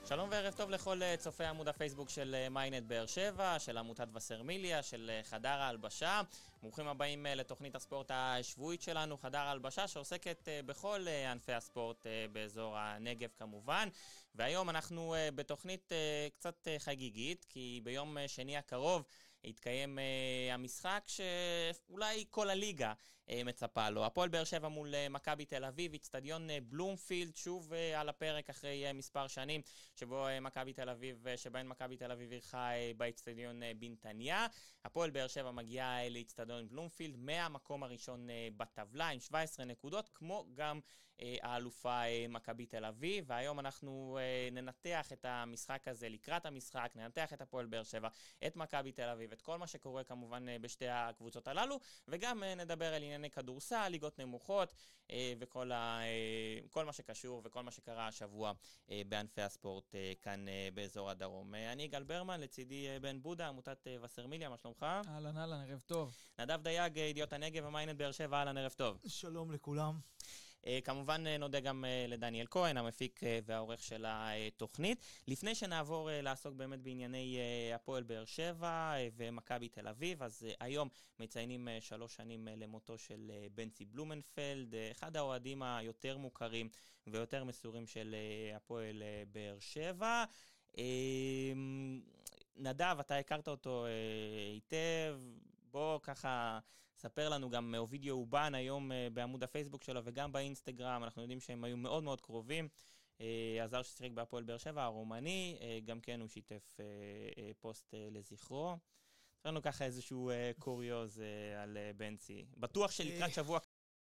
שלום וערב טוב לכל צופי עמוד הפייסבוק של מיינט באר שבע, של עמותת וסרמיליה, של חדר ההלבשה. ברוכים הבאים לתוכנית הספורט השבועית שלנו, חדר ההלבשה, שעוסקת בכל ענפי הספורט באזור הנגב כמובן. והיום אנחנו בתוכנית קצת חגיגית, כי ביום שני הקרוב יתקיים המשחק שאולי כל הליגה מצפה לו. הפועל באר שבע מול מכבי תל אביב, אצטדיון בלומפילד, שוב על הפרק אחרי מספר שנים שבהן מכבי תל אביב אירחה באצטדיון בנתניה. הפועל באר שבע מגיעה לאצטדיון בלומפילד מהמקום הראשון בטבלה עם 17 נקודות, כמו גם האלופה מכבי תל אביב. והיום אנחנו ננתח את המשחק הזה, לקראת המשחק, ננתח את הפועל באר שבע, את מכבי תל אביב, את כל מה שקורה כמובן בשתי הקבוצות הללו, וגם נדבר על ענייני כדורסל, ליגות נמוכות, וכל מה שקשור וכל מה שקרה השבוע בענפי הספורט כאן באזור הדרום. אני גל ברמן, לצידי בן בודה, עמותת וסרמיליה, מה שלומך? אהלן, ערב טוב. נדב דייג, ידיעות הנגב ומיינט באר שבע, אהלן, ערב טוב. שלום לכולם. כמובן נודה גם לדניאל כהן, המפיק והעורך של התוכנית. לפני שנעבור לעסוק באמת בענייני הפועל באר שבע ומכבי תל אביב, אז היום מציינים 3 שנים למותו של בנצי בלומנפלד, אחד האוהדים היותר מוכרים ויותר מסורים של הפועל באר שבע. נדב, אתה הכרת אותו היטב, בוא ככה ספר לנו גם אובידיו אובן היום בעמוד הפייסבוק שלו וגם באינסטגרם, אנחנו יודעים שהם היו מאוד מאוד קרובים. הזר ששיחק בהפועל באר שבע, הרומני, גם כן הוא שיתף פוסט לזכרו. יש לנו ככה איזשהו קוריוז על בנצי. בטוח שלקראת שבוע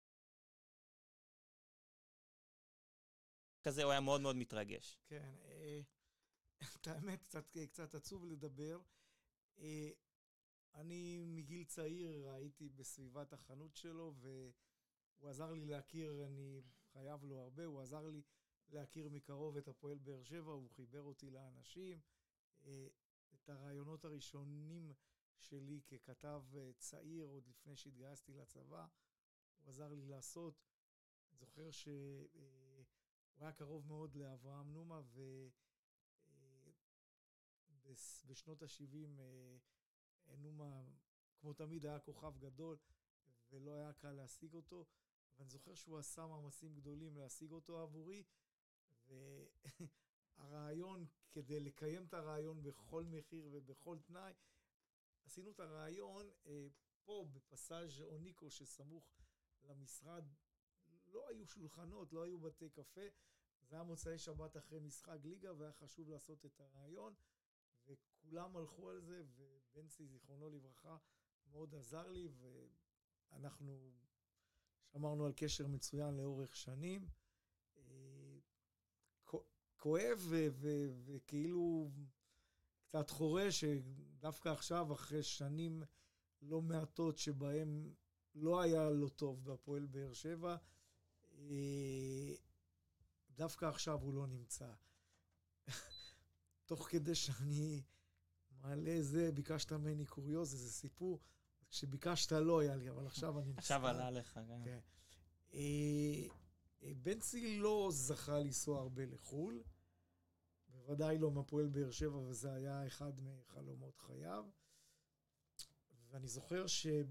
כזה הוא היה מאוד מאוד מתרגש. כן, את האמת קצת עצוב לדבר. אני מגיל צעיר הייתי בסביבת החנות שלו, והוא עזר לי להכיר, אני חייב לו הרבה, הוא עזר לי להכיר מקרוב את הפועל באר שבע, הוא חיבר אותי לאנשים, את הרעיונות הראשונים שלי ככתב צעיר, עוד לפני שהתגייסתי לצבא, הוא עזר לי לעשות. אני זוכר שהוא היה קרוב מאוד לאברהם נומה, ובשנות ה-70 נומה, כמו תמיד, היה כוכב גדול, ולא היה קל להשיג אותו, ואני זוכר שהוא עשה מאמצים גדולים להשיג אותו עבורי, והרעיון, כדי לקיים את הרעיון בכל מחיר ובכל תנאי, עשינו את הרעיון פה בפסאז' אוניקו שסמוך למשרד, לא היו שולחנות, לא היו בתי קפה, זה היה מוצאי שבת אחרי משחק ליגה, והיה חשוב לעשות את הרעיון, וכולם הלכו על זה, ובנצי זיכרונו לברכה מאוד עזר לי, ואנחנו שמרנו על קשר מצוין לאורך שנים. כואב וכאילו קצת חורה שדווקא עכשיו, אחרי שנים לא מעטות שבהם לא היה לו טוב בהפועל באר שבע, דווקא עכשיו הוא לא נמצא. תוך כדי שאני מעלה זה, ביקשת ממני קוריוז, איזה סיפור, כשביקשת לא היה לי, אבל עכשיו אני נצטער. עכשיו עלה לך, כן. בנצי לא זכה לנסוע הרבה לחול, בוודאי לא מהפועל באר שבע, וזה היה אחד מחלומות חייו. ואני זוכר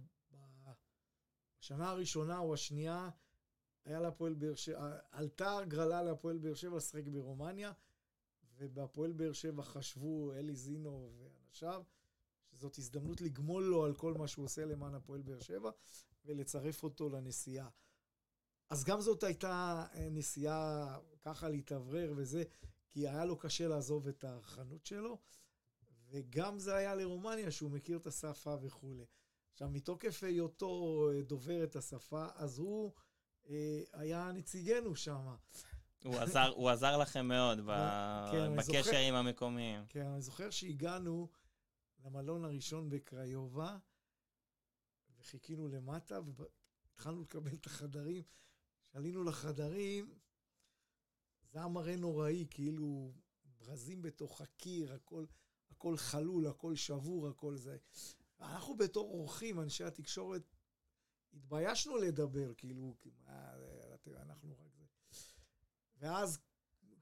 שבשנה הראשונה או השנייה, היה להפועל באר שבע, עלתה הגרלה להפועל באר שבע לשחק ברומניה, ובהפועל באר שבע חשבו אלי זינו ואנשיו, שזאת הזדמנות לגמול לו על כל מה שהוא עושה למען הפועל באר שבע, ולצרף אותו לנסיעה. אז גם זאת הייתה נסיעה ככה להתאוורר וזה, כי היה לו קשה לעזוב את החנות שלו, וגם זה היה לרומניה שהוא מכיר את השפה וכו'. עכשיו, מתוקף היותו דובר את השפה, אז הוא היה נציגנו שם. הוא עזר לכם מאוד בקשר עם המקומיים. כן, אני זוכר שהגענו למלון הראשון בקריובה, וחיכינו למטה, והתחלנו לקבל את החדרים. שעלינו לחדרים, זה היה מראה נוראי, כאילו ברזים בתוך הקיר, הכל חלול, הכל שבור, הכל זה. אנחנו בתור אורחים, אנשי התקשורת, התביישנו לדבר, כאילו, אנחנו רק זה. ואז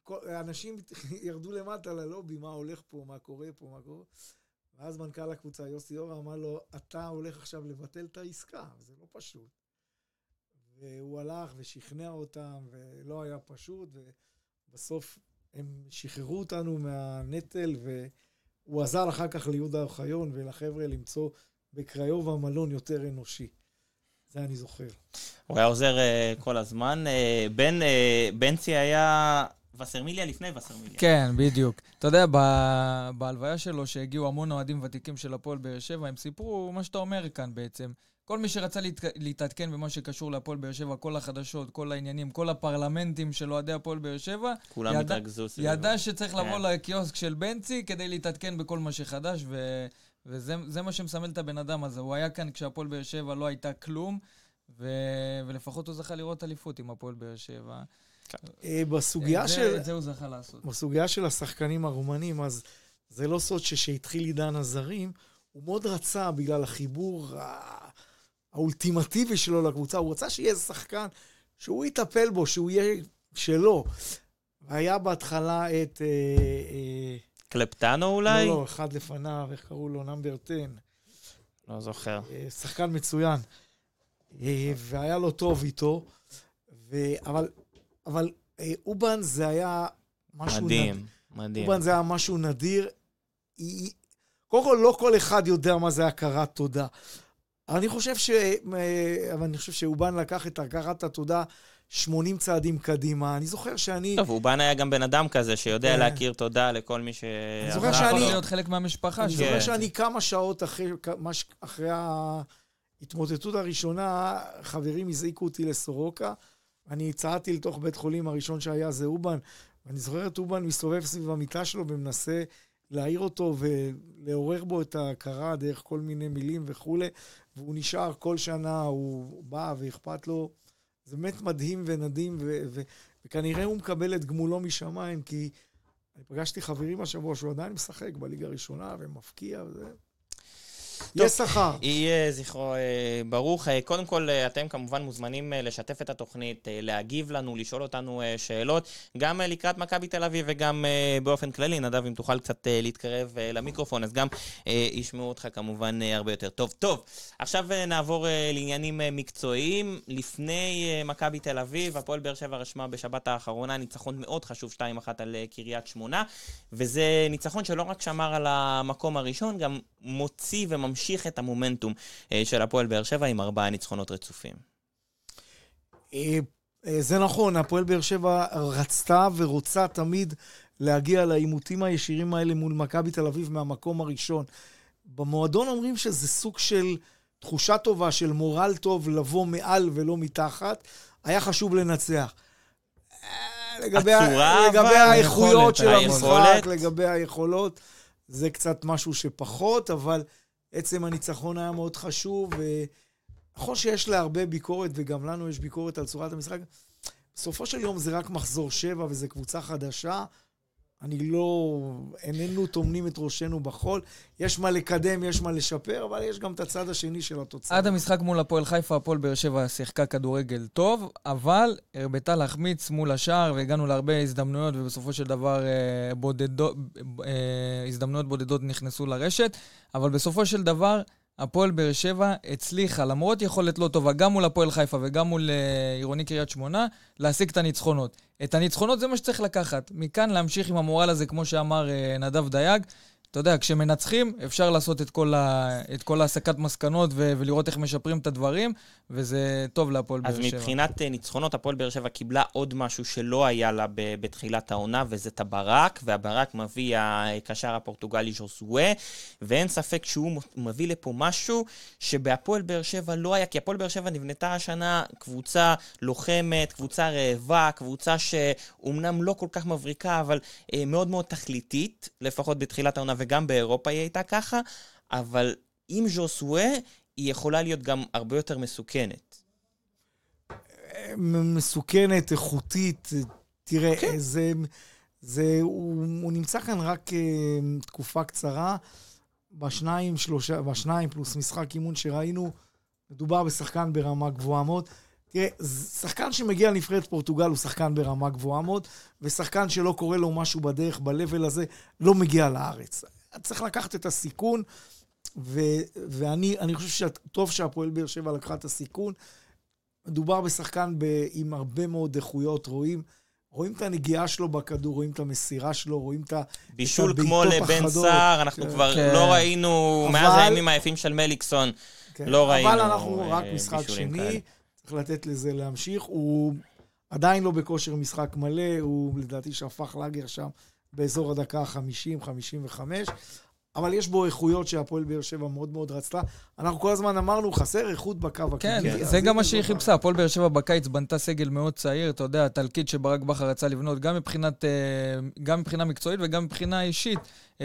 אנשים ירדו למטה ללובי, מה הולך פה, מה קורה פה, מה קורה. ואז מנכ"ל הקבוצה, יוסי אורה, אמר לו, אתה הולך עכשיו לבטל את העסקה, זה לא פשוט. והוא הלך ושכנע אותם, ולא היה פשוט, ובסוף הם שחררו אותנו מהנטל, והוא עזר אחר כך ליהודה אוחיון ולחבר'ה למצוא בקריוב המלון יותר אנושי. זה אני זוכר. הוא היה עוזר כל הזמן. בנצי היה וסרמיליה לפני וסרמיליה. כן, בדיוק. אתה יודע, בהלוויה שלו שהגיעו המון אוהדים ותיקים של הפועל באר שבע, הם סיפרו מה שאתה אומר כאן בעצם. כל מי שרצה להתעדכן במה שקשור להפועל באר שבע, כל החדשות, כל העניינים, כל הפרלמנטים של אוהדי הפועל באר שבע, כולם התרכזו. ידע שצריך לבוא לקיוסק של בנצי כדי להתעדכן בכל מה שחדש, וזה מה שמסמל את הבן אדם הזה. הוא היה כאן כשהפועל באר שבע לא הייתה כלום, ולפחות הוא זכה לראות אליפות עם הפועל באר שבע. זה הוא זכה לעשות. בסוגיה של השחקנים הרומנים, אז זה לא סוד שהתחיל עידן הזרים, הוא מאוד רצה בגלל החיבור האולטימטיבי שלו לקבוצה, הוא רצה שיהיה שחקן שהוא יטפל בו, שהוא יהיה שלו. היה בהתחלה את... קלפטנו אולי? לא, אחד לפניו, איך קראו לו? נאמבר 10. לא זוכר. שחקן מצוין. והיה לו טוב איתו. אבל אובן זה היה משהו מדהים, מדהים. אובן זה היה משהו נדיר. קודם כל, לא כל אחד יודע מה זה הכרת תודה. אני חושב שאובן לקח את הכרת התודה 80 צעדים קדימה. אני זוכר שאני... טוב, אובן היה גם בן אדם כזה שיודע להכיר תודה לכל מי ש... אני זוכר שאני... להיות חלק מהמשפחה. אני זוכר שאני כמה שעות אחרי ההתמוטטות הראשונה, חברים הזעיקו אותי לסורוקה. אני צעדתי לתוך בית חולים הראשון שהיה זה אובן. ואני זוכר את אובן מסתובב סביב המיטה שלו ומנסה להעיר אותו ולעורר בו את ההכרה דרך כל מיני מילים וכו'. והוא נשאר כל שנה, הוא בא ואכפת לו. זה באמת מדהים ונדים, וכנראה הוא מקבל את גמולו משמיים, כי אני פגשתי חברים השבוע שהוא עדיין משחק בליגה הראשונה ומפקיע וזה. יש שכר. יהיה זכרו ברוך. קודם כל, אתם כמובן מוזמנים לשתף את התוכנית, להגיב לנו, לשאול אותנו שאלות, גם לקראת מכבי תל אביב וגם באופן כללי. נדב, אם תוכל קצת להתקרב למיקרופון, אז גם ישמעו אותך כמובן הרבה יותר טוב. טוב, עכשיו נעבור לעניינים מקצועיים. לפני מכבי תל אביב, הפועל באר שבע רשמה בשבת האחרונה ניצחון מאוד חשוב 2-1 על קריית שמונה, וזה ניצחון שלא רק שמר על המקום הראשון, גם מוציא וממשיך את המומנטום של הפועל באר שבע עם 4 ניצחונות רצופים. זה נכון, הפועל באר שבע רצתה ורוצה תמיד להגיע לעימותים הישירים האלה מול מכבי תל אביב מהמקום הראשון. במועדון אומרים שזה סוג של תחושה טובה, של מורל טוב, לבוא מעל ולא מתחת. היה חשוב לנצח. לגבי האיכויות של המשחק, לגבי היכולות, זה קצת משהו שפחות, אבל עצם הניצחון היה מאוד חשוב, ונכון שיש לה הרבה ביקורת, וגם לנו יש ביקורת על צורת המשחק. בסופו של יום זה רק מחזור 7, וזו קבוצה חדשה. איננו תומנים את ראשנו בחול. יש מה לקדם, יש מה לשפר, אבל יש גם את הצד השני של התוצאה. עד המשחק מול הפועל חיפה, הפועל באר שבע שיחקה כדורגל טוב, אבל הרבתה להחמיץ מול השאר, והגענו להרבה הזדמנויות, ובסופו של דבר הזדמנויות בודדות נכנסו לרשת, אבל בסופו של דבר הפועל באר שבע הצליחה, למרות יכולת לא טובה, גם מול הפועל חיפה וגם מול עירוני קריית שמונה, להשיג את הניצחונות. את הניצחונות זה מה שצריך לקחת. מכאן להמשיך עם המורל הזה, כמו שאמר נדב דייג. אתה יודע, כשמנצחים, אפשר לעשות את כל העסקת מסקנות ולראות איך משפרים את הדברים, וזה טוב להפועל באר שבע. אז מבחינת ניצחונות, הפועל באר שבע קיבלה עוד משהו שלא היה לה בתחילת העונה, וזה את הברק, והברק מביא הקשר הפורטוגלי ז'וסואה, ואין ספק שהוא מביא לפה משהו שבהפועל באר שבע לא היה, כי הפועל באר שבע נבנתה השנה קבוצה לוחמת, קבוצה רעבה, קבוצה שאומנם לא כל כך מבריקה, אבל מאוד מאוד תכליתית, לפחות בתחילת העונה, וגם באירופה היא הייתה ככה, אבל עם ז'וסואה היא יכולה להיות גם הרבה יותר מסוכנת. מסוכנת, איכותית, תראה, הוא נמצא כאן רק תקופה קצרה, בשניים פלוס משחק אימון שראינו, מדובר בשחקן ברמה גבוהה מאוד, תראה, שחקן שמגיע לנבחרת פורטוגל הוא שחקן ברמה גבוהה מאוד, ושחקן שלא קורה לו משהו בדרך, ב-level הזה, לא מגיע לארץ. צריך לקחת את הסיכון, ואני חושב שטוב שהפועל באר שבע לקחה את הסיכון. מדובר בשחקן עם הרבה מאוד איכויות, רואים את הנגיעה שלו בכדור, רואים את המסירה שלו, רואים את בישול כמו לבן סער, אנחנו כבר לא ראינו, מאז הימים היפים של מליקסון, לא ראינו אבל אנחנו רק משחק שני, צריך לתת לזה להמשיך. הוא עדיין לא בכושר משחק מלא, הוא לדעתי שהפך לאגר שם באזור הדקה 50-55, אבל יש בו איכויות שהפועל באר שבע מאוד מאוד רצתה. אנחנו כל הזמן אמרנו, חסר איכות בקו הקדמי. כן, זה גם מה שהיא חיפשה. הפועל באר שבע בקיץ בנתה סגל מאוד צעיר, אתה יודע, התלקיד שברק בכר רצה לבנות, גם מבחינה מקצועית וגם מבחינה אישית,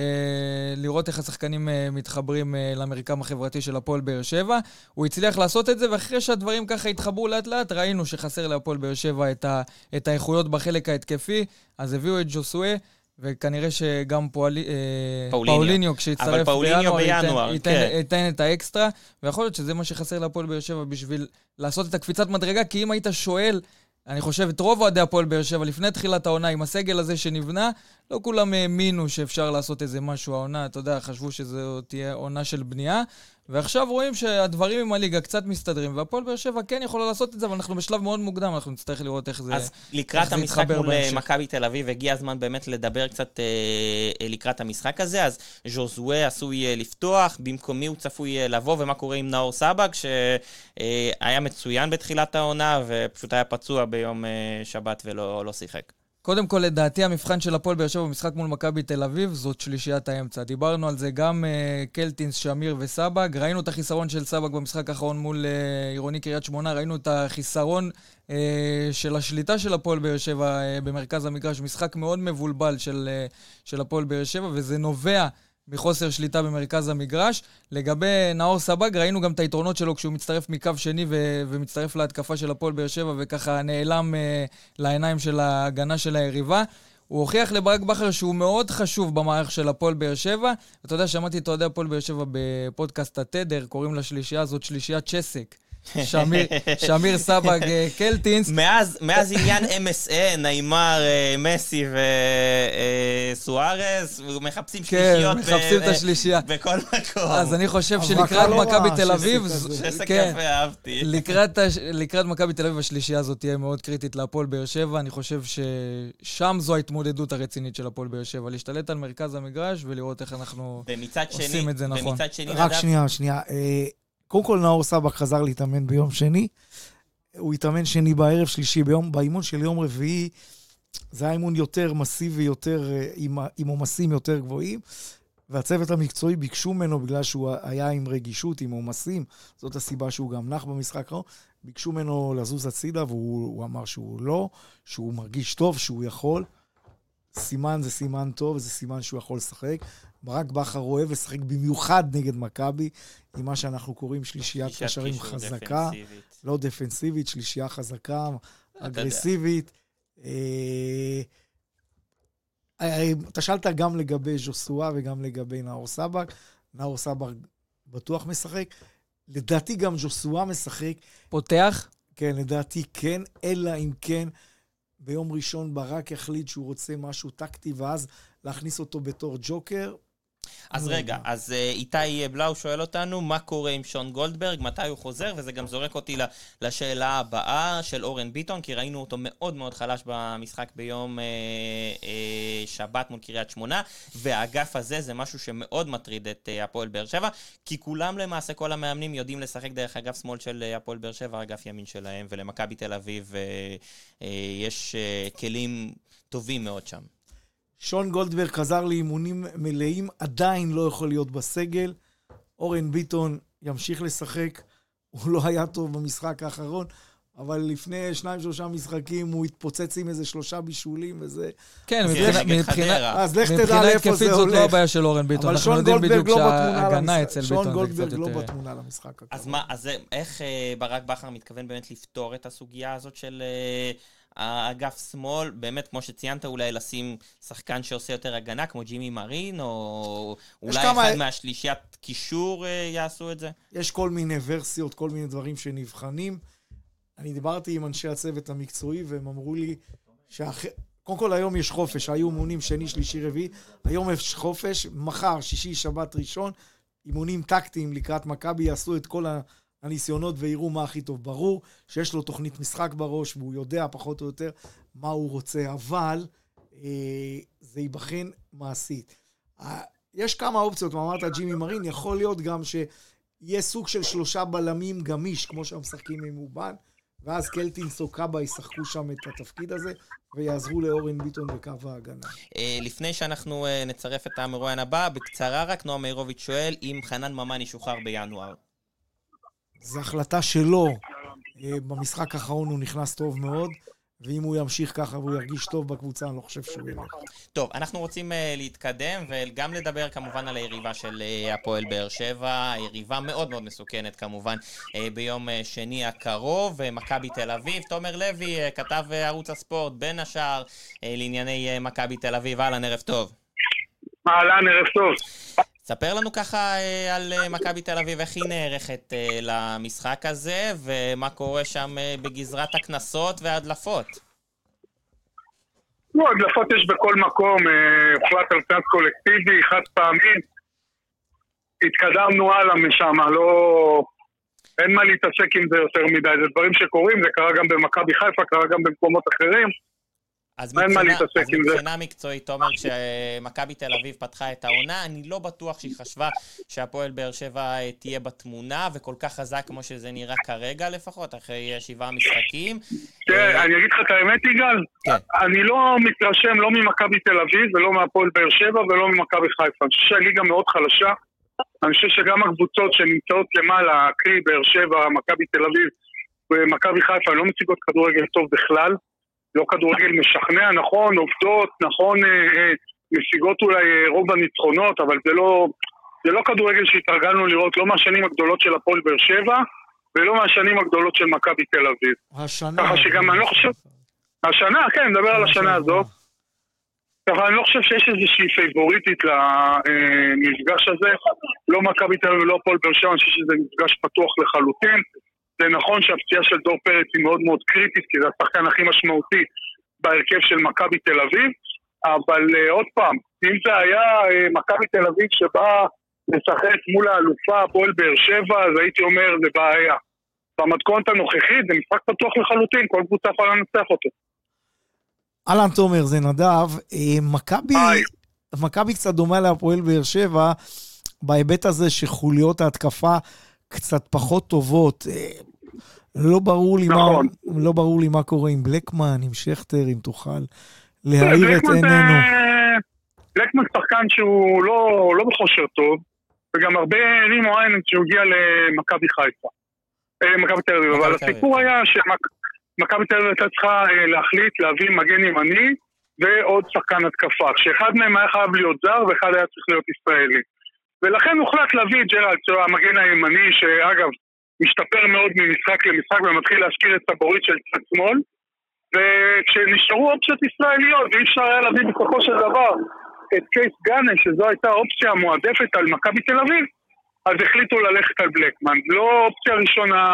לראות איך השחקנים מתחברים למרקם החברתי של הפועל באר שבע. הוא הצליח לעשות את זה, ואחרי שהדברים ככה התחברו לאט לאט, ראינו שחסר להפועל באר שבע את האיכויות בחלק ההתקפי, אז הביאו את ג'וסואה, וכנראה שגם פאוליניו, כשיצטרף בינואר, ייתן את האקסטרה, ויכול להיות שזה מה שחסר להפועל באר שבע בשביל לעשות את הקפיצת מדרגה, כי אם היית שואל, אני חושב את רוב אוהדי הפועל באר שבע לפני תחילת העונה, עם הסגל הזה שנבנה, לא כולם האמינו שאפשר לעשות איזה משהו העונה, אתה יודע, חשבו שזו תהיה עונה של בנייה, ועכשיו רואים שהדברים עם הליגה קצת מסתדרים, והפועל באר שבע כן יכולה לעשות את זה, אבל אנחנו בשלב מאוד מוקדם, אנחנו נצטרך לראות איך זה אז לקראת המשחק מול מכבי תל אביב, הגיע הזמן באמת לדבר קצת לקראת המשחק הזה, אז ז'וזואה עשוי לפתוח, במקומי הוא צפוי לבוא, ומה קורה עם נאור סבג, שהיה מצוין בתחילת העונה, ופשוט היה פצוע ביום שבת ולא שיחק. קודם כל, לדעתי, המבחן של הפועל באר שבע במשחק מול מכבי תל אביב, זאת שלישיית האמצע. דיברנו על זה גם קלטינס, שמיר וסבג. ראינו את החיסרון של סבג במשחק האחרון מול עירוני קריית שמונה. ראינו את החיסרון של השליטה של הפועל באר שבע במרכז המגרש. משחק מאוד מבולבל של הפועל באר שבע, וזה נובע מחוסר שליטה במרכז המגרש. לגבי נאור סבג, ראינו גם את היתרונות שלו כשהוא מצטרף מקו שני ומצטרף להתקפה של הפועל באר שבע, וככה נעלם לעיניים של ההגנה של היריבה. הוא הוכיח לברק בכר שהוא מאוד חשוב במערך של הפועל באר שבע. אתה יודע, שמעתי את אוהדי הפועל באר שבע בפודקאסט התדר, קוראים לשלישייה הזאת שלישיית צ'סק. שמיר סבג קלטינס. מאז עניין MSN, ניימר, מסי וסוארס, מחפשים שלישיות. כן, מחפשים את השלישייה. בכל מקום. אז אני חושב שלקראת מכבי תל אביב, שסק יפה אהבתי. לקראת מכבי תל אביב השלישייה הזאת תהיה מאוד קריטית להפועל באר שבע. אני חושב ששם זו ההתמודדות הרצינית של הפועל באר שבע, להשתלט על מרכז המגרש ולראות איך אנחנו עושים את זה נכון. רק שנייה. קודם כל נאור סבג חזר להתאמן ביום שני, הוא התאמן שני בערב, שלישי באימון של יום רביעי, זה היה אימון יותר מסיבי, עם עומסים יותר גבוהים, והצוות המקצועי ביקשו ממנו, בגלל שהוא היה עם רגישות, עם עומסים, זאת הסיבה שהוא גם נח במשחק, ביקשו ממנו לזוז הצידה, והוא אמר שהוא לא, שהוא מרגיש טוב, שהוא יכול, סימן זה סימן טוב, זה סימן שהוא יכול לשחק, ברק בכר אוהב לשחק במיוחד נגד מכבי, עם מה שאנחנו קוראים שלישיית קשרים חזקה, לא דפנסיבית, שלישייה חזקה, אגרסיבית. אתה שאלת גם לגבי ז'וסואה וגם לגבי נאור סבג. נאור סבג בטוח משחק. לדעתי גם ז'וסואה משחק. פותח? כן, לדעתי כן, אלא אם כן ביום ראשון ברק יחליט שהוא רוצה משהו טקטי, ואז להכניס אותו בתור ג'וקר. אז רגע, אז איתי בלאו שואל אותנו, מה קורה עם שון גולדברג, מתי הוא חוזר, וזה גם זורק אותי לשאלה הבאה של אורן ביטון, כי ראינו אותו מאוד מאוד חלש במשחק ביום שבת מול קריית שמונה, והאגף הזה זה משהו שמאוד מטריד את הפועל באר שבע, כי כולם למעשה, כל המאמנים יודעים לשחק דרך אגף שמאל של הפועל באר שבע, אגף ימין שלהם, ולמכבי תל אביב יש כלים טובים מאוד שם. שון גולדברג חזר לאימונים מלאים, עדיין לא יכול להיות בסגל. אורן ביטון ימשיך לשחק, הוא לא היה טוב במשחק האחרון, אבל לפני 2-3 משחקים הוא התפוצץ עם איזה 3 בישולים וזה. כן, אז לך תדע לאיפה זה הולך. זאת לא הבעיה של אורן ביטון, אנחנו יודעים בדיוק שההגנה אצל ביטון. שון גולדברג לא בתמונה למשחק. אז איך ברק בכר מתכוון באמת לפתור את הסוגיה הזאת של האגף שמאל, באמת כמו שציינת, אולי לשים שחקן שעושה יותר הגנה, כמו ג'ימי מרין, או אולי אחד מהשלישיית קישור יעשו את זה? יש כל מיני ורסיות, כל מיני דברים שנבחנים. אני דיברתי עם אנשי הצוות המקצועי, והם אמרו לי קודם כל היום יש חופש, היו אימונים שני, שלישי, רביעי, היום יש חופש, מחר, שישי, שבת, ראשון, אימונים טקטיים לקראת מכבי, יעשו את כל הניסיונות ויראו מה הכי טוב. ברור שיש לו תוכנית משחק בראש, והוא יודע פחות או יותר מה הוא רוצה, אבל זה ייבחן מעשית. יש כמה אופציות, אמרת ג'ימי מרין, יכול להיות גם שיהיה סוג של 3 בלמים גמיש, כמו שהם משחקים עם אובן, ואז קלטינס או קאבה ישחקו שם את התפקיד הזה, ויעזרו לאורן ביטון בקו ההגנה. לפני שאנחנו נצרף את המרואיין הבא, בקצרה רק, נועם מאירוביץ' שואל אם חנן ממן ישוחרר בינואר. זו החלטה שלו. במשחק האחרון הוא נכנס טוב מאוד, ואם הוא ימשיך ככה והוא ירגיש טוב בקבוצה, אני לא חושב שהוא ילך. טוב, אנחנו רוצים להתקדם, וגם לדבר כמובן על היריבה של הפועל באר שבע, יריבה מאוד מאוד מסוכנת כמובן, ביום שני הקרוב, מכבי תל אביב. תומר לוי, כתב ערוץ הספורט, בין השאר לענייני מכבי תל אביב. אהלן, ערב טוב. אהלן, ערב טוב. ספר לנו ככה על מכבי תל אביב, איך היא נערכת למשחק הזה, ומה קורה שם בגזרת הכנסות והדלפות. לא, הדלפות יש בכל מקום, הוחלט על כנס קולקטיבי, חד פעמי, התקדמנו הלאה משם, אין מה להתעסק עם זה יותר מדי, זה דברים שקורים, זה קרה גם במכבי חיפה, קרה גם במקומות אחרים, אז מבחינה מקצועית, תומר, כשמכבי תל אביב פתחה את העונה, אני לא בטוח שהיא חשבה שהפועל באר שבע תהיה בתמונה, וכל כך חזק כמו שזה נראה כרגע לפחות, אחרי 7 משחקים. תראה, אני אגיד לך את האמת, יגאל, אני לא מתרשם לא ממכבי תל אביב, ולא מהפועל באר שבע, ולא ממכבי חיפה. אני חושב שהליגה מאוד חלשה, אני חושב שגם הקבוצות שנמצאות למעלה, קרי באר שבע, מכבי תל אביב, ומכבי חיפה, לא מציגות כדורגל טוב בכלל. לא כדורגל משכנע, נכון, עובדות, נכון, משיגות אולי רוב הניצחונות, אבל זה לא כדורגל שהתרגלנו לראות, לא מהשנים הגדולות של הפועל באר שבע, ולא מהשנים הגדולות של מכבי תל אביב. השנה. ככה שגם אני לא חושב, השנה, כן, נדבר על השנה הזאת. ככה אני לא חושב שיש איזושהי פייבוריטית למפגש הזה, לא מכבי תל אביב ולא הפועל באר שבע, אני חושב שזה מפגש פתוח לחלוטין. זה נכון שהפציעה של דור פרץ היא מאוד מאוד קריטית, כי זה השחקן הכי משמעותי בהרכב של מכבי תל אביב, אבל עוד פעם, אם זה היה מכבי תל אביב שבא לשחק מול האלופה הפועל באר שבע, אז הייתי אומר, זה בעיה. במתכונת הנוכחית זה משחק פתוח לחלוטין, כל קבוצה יכולה לנצח אותו. אהלן תומר, זה נדב. מכבי קצת דומה להפועל באר שבע, בהיבט הזה שחוליות ההתקפה קצת פחות טובות. לא ברור לי מה קורה עם בלקמן, עם שכטר, אם תוכל להאיר את עינינו. בלקמן שחקן שהוא לא בכושר טוב, וגם הרבה רימו עין שהוא הגיע למכבי חיפה. מכבי תל אביב, אבל הסיפור היה שמכבי תל אביב הייתה צריכה להחליט להביא מגן ימני ועוד שחקן התקפה, כשאחד מהם היה חייב להיות זר ואחד היה צריך להיות ישראלי. ולכן הוחלט להביא את ג'רלד, המגן הימני, שאגב, משתפר מאוד ממשחק למשחק, ומתחיל להזכיר את סבורית של צד שמאל, וכשנשארו אופציות ישראליות, ואי אפשר היה להביא בסופו של דבר את קייס גאנה, שזו הייתה האופציה המועדפת על מכבי תל אביב, אז החליטו ללכת על בלקמן. לא אופציה ראשונה,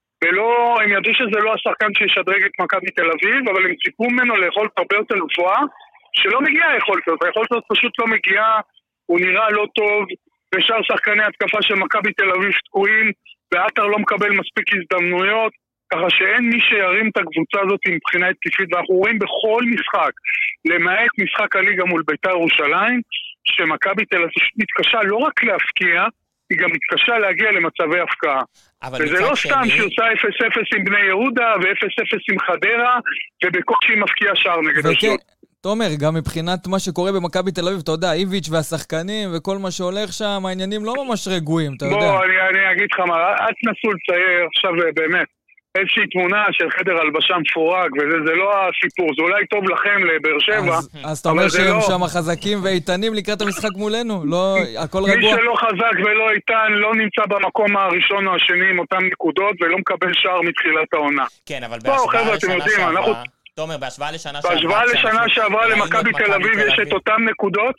הם ידעו שזה לא השחקן שישדרג את מכבי תל אביב, אבל הם ציפו ממנו לאכולת הרבה יותר גבוהה, שלא מגיעה היכולת הזאת, היכולת הזאת פשוט לא מגיעה, הוא נראה לא טוב, ושאר שחקני התקפה של מכבי תל אביב תקועים, ועטר לא מקבל מספיק הזדמנויות, ככה שאין מי שירים את הקבוצה הזאת מבחינה התקפית, ואנחנו רואים בכל משחק, למעט משחק הליגה מול בית"ר ירושלים, שמכבי תל אביב מתקשה לא רק להפקיע, היא גם מתקשה להגיע למצבי הפקעה. וזה לא סתם שהיא עושה 0-0 עם בני יהודה, ו-0-0 עם חדרה, ובקושי מפקיע שער נגד אשדוד. תומר, גם מבחינת מה שקורה במכבי תל אביב, אתה יודע, איביץ' והשחקנים וכל מה שהולך שם, העניינים לא ממש רגועים, אתה יודע. בוא, אני אגיד לך מה, אל תנסו לצייר עכשיו באמת, איזושהי תמונה של חדר הלבשה מפורק, וזה לא הסיפור, זה אולי טוב לכם לבאר שבע. אז אתה אומר שהם שם חזקים ואיתנים לקראת המשחק מולנו? לא, הכל רגוע? מי שלא חזק ולא איתן, לא נמצא במקום הראשון או השני עם אותם נקודות, ולא מקבל שער מתחילת העונה. כן, אבל בהשוואה לשנה שעברה... תומר, בהשוואה לשנה שעברה למכבי תל אביב יש את אותם נקודות,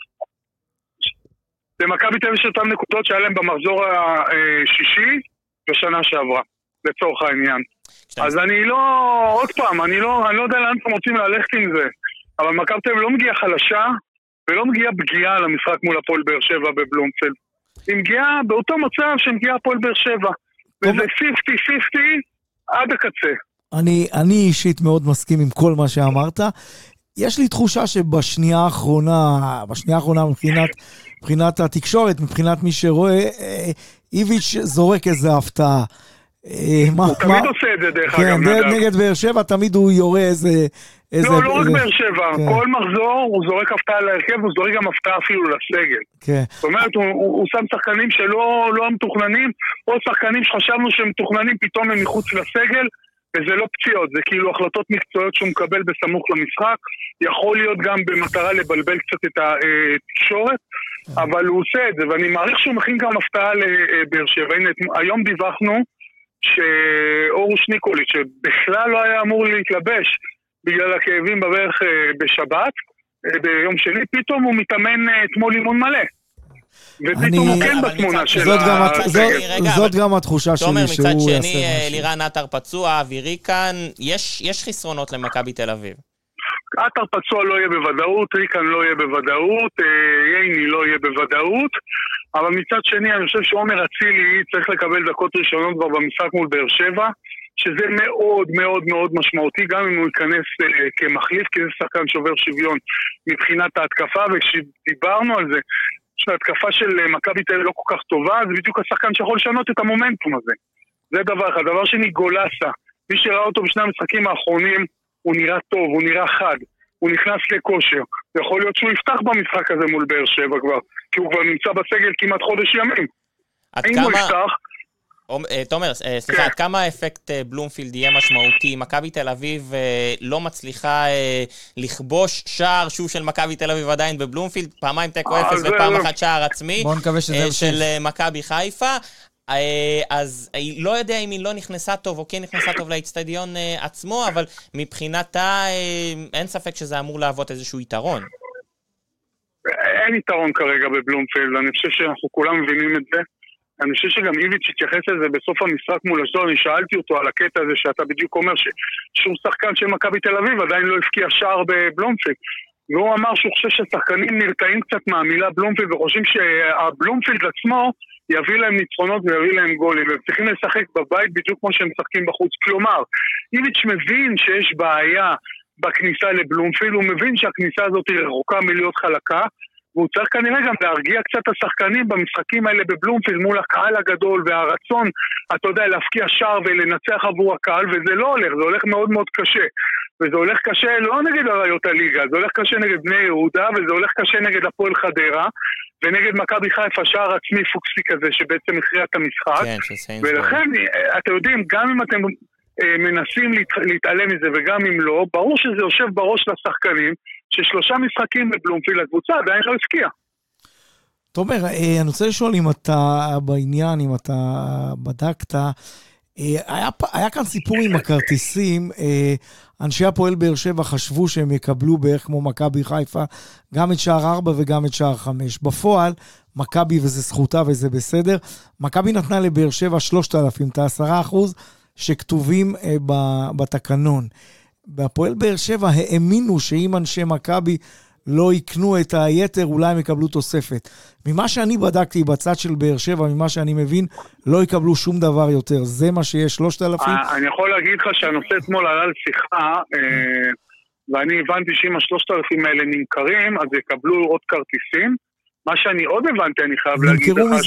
למכבי תל אביב יש אותם נקודות שהיה להם במחזור השישי בשנה שעברה, לצורך העניין. אז אני לא, עוד פעם, אני לא יודע לאן אתם רוצים ללכת עם זה, אבל מכבי תל אביב לא מגיעה חלשה, ולא מגיעה פגיעה למשחק מול הפועל באר שבע בבלומפילד. היא מגיעה באותו מצב שמגיעה הפועל באר שבע, וזה 50-50 עד הקצה. אני אישית מאוד מסכים עם כל מה שאמרת. יש לי תחושה שבשנייה האחרונה מבחינת התקשורת, מבחינת מי שרואה, איביץ' זורק איזה הפתעה. הוא תמיד עושה את זה דרך אגב. כן, נגד באר שבע תמיד הוא יורה איזה... לא רק באר שבע, כל מחזור הוא זורק הפתעה להרכב, הוא זורק גם הפתעה אפילו לסגל. זאת אומרת, הוא שם שחקנים שלא מתוכננים, או שחקנים שחשבנו שהם מתוכננים, פתאום הם מחוץ לסגל, וזה לא פציעות, זה כאילו החלטות מקצועיות שהוא מקבל בסמוך למשחק, יכול להיות גם במטרה לבלבל קצת את התקשורת, אבל הוא עושה את זה, ואני מעריך שהוא מכין גם הפתעה לבאר שבע. הנה, היום דיווחנו שאורוש ניקוליץ' שבכלל לא היה אמור להתלבש בגלל הכאבים בברך בשבת, ביום שני, פתאום הוא מתאמן אתמול אימון מלא. ופתאום הוא כן בתמונה של זאת גם התחושה שלי שהוא יעשה משהו. תומר, מצד שני, לירן עטר פצוע, אווירי כאן, יש חסרונות למכבי תל אביב. עטר פצוע לא יהיה בוודאות, ריקן לא יהיה בוודאות, ייני לא יהיה בוודאות, אבל מצד שני אני חושב שעומר אצילי צריך לקבל דקות ראשונות כבר במשחק מול באר שבע, שזה מאוד מאוד מאוד משמעותי, גם אם הוא ייכנס כמחליף, כי זה שחקן שובר שוויון מבחינת ההתקפה, וכשדיברנו על זה, שההתקפה של מכבי תל אביב לא כל כך טובה, זה בדיוק השחקן שיכול לשנות את המומנטום הזה. זה דבר אחד. דבר שני, גולסה. מי שראה אותו בשני המשחקים האחרונים, הוא נראה טוב, הוא נראה חד, הוא נכנס לכושר. יכול להיות שהוא יפתח במשחק הזה מול באר שבע כבר, כי הוא כבר נמצא בסגל כמעט חודש ימים. אם הוא יפתח... תומר, סליחה, עד כמה האפקט בלומפילד יהיה משמעותי? מכבי תל אביב לא מצליחה לכבוש שער שוב של מכבי תל אביב עדיין בבלומפילד, פעמיים תיקו 0 ופעם אחת שער עצמי של מכבי חיפה, אז היא לא יודע אם היא לא נכנסה טוב או כן נכנסה טוב לאצטדיון עצמו, אבל מבחינתה אין ספק שזה אמור להוות איזשהו יתרון. אין יתרון כרגע בבלומפילד, אני חושב שאנחנו כולם מבינים את זה. אני חושב שגם איביץ' התייחס לזה בסוף המשחק מול אשדוד, אני שאלתי אותו על הקטע הזה שאתה בדיוק אומר ששום שחקן של מכבי תל אביב עדיין לא הפקיע שער בבלומפילד, והוא אמר שהוא חושב ששחקנים נרתעים קצת מהמילה בלומפילד וחושבים שהבלומפילד עצמו יביא להם ניצחונות ויביא להם גולים, והם צריכים לשחק בבית בדיוק כמו שהם משחקים בחוץ. כלומר, איביץ' מבין שיש בעיה בכניסה לבלומפילד, הוא מבין שהכניסה הזאת היא רחוקה מלהיות חלקה, והוא צריך כנראה גם להרגיע קצת השחקנים במשחקים האלה בבלומפילד מול הקהל הגדול והרצון, אתה יודע, להפקיע שער ולנצח עבור הקהל, וזה לא הולך, זה הולך מאוד מאוד קשה. וזה הולך קשה לא נגד הריות הליגה, זה הולך קשה נגד בני יהודה, וזה הולך קשה נגד הפועל חדרה, ונגד מכבי חיפה שער עצמי פוקסי כזה שבעצם הכריע את המשחק. ולכן, אתם יודעים, גם אם אתם מנסים להתעלם מזה וגם אם לא, ברור שזה יושב בראש לשחקנים, ששלושה משחקים בבלומפילד לקבוצה עדיין לא הסקיע. תומר, אני רוצה לשאול אם אתה בעניין, אם אתה בדקת, היה כאן סיפור עם הכרטיסים, אנשי הפועל באר שבע חשבו שהם יקבלו בערך כמו מכבי חיפה, גם את שער 4 וגם את שער 5. בפועל, מכבי וזה זכותה וזה בסדר, מכבי נתנה לבאר שבע 3,000, את 10% שכתובים בתקנון. בהפועל באר שבע האמינו שאם אנשי מכבי לא יקנו את היתר, אולי הם יקבלו תוספת. ממה שאני בדקתי בצד של באר שבע, ממה שאני מבין, לא יקבלו שום דבר יותר. זה מה שיש 3,000? אני יכול להגיד לך שהנושא אתמול עלה לשיחה, ואני הבנתי שאם 3,000 האלה נמכרים, אז יקבלו עוד כרטיסים. מה שאני עוד הבנתי, אני חייב להגיד לך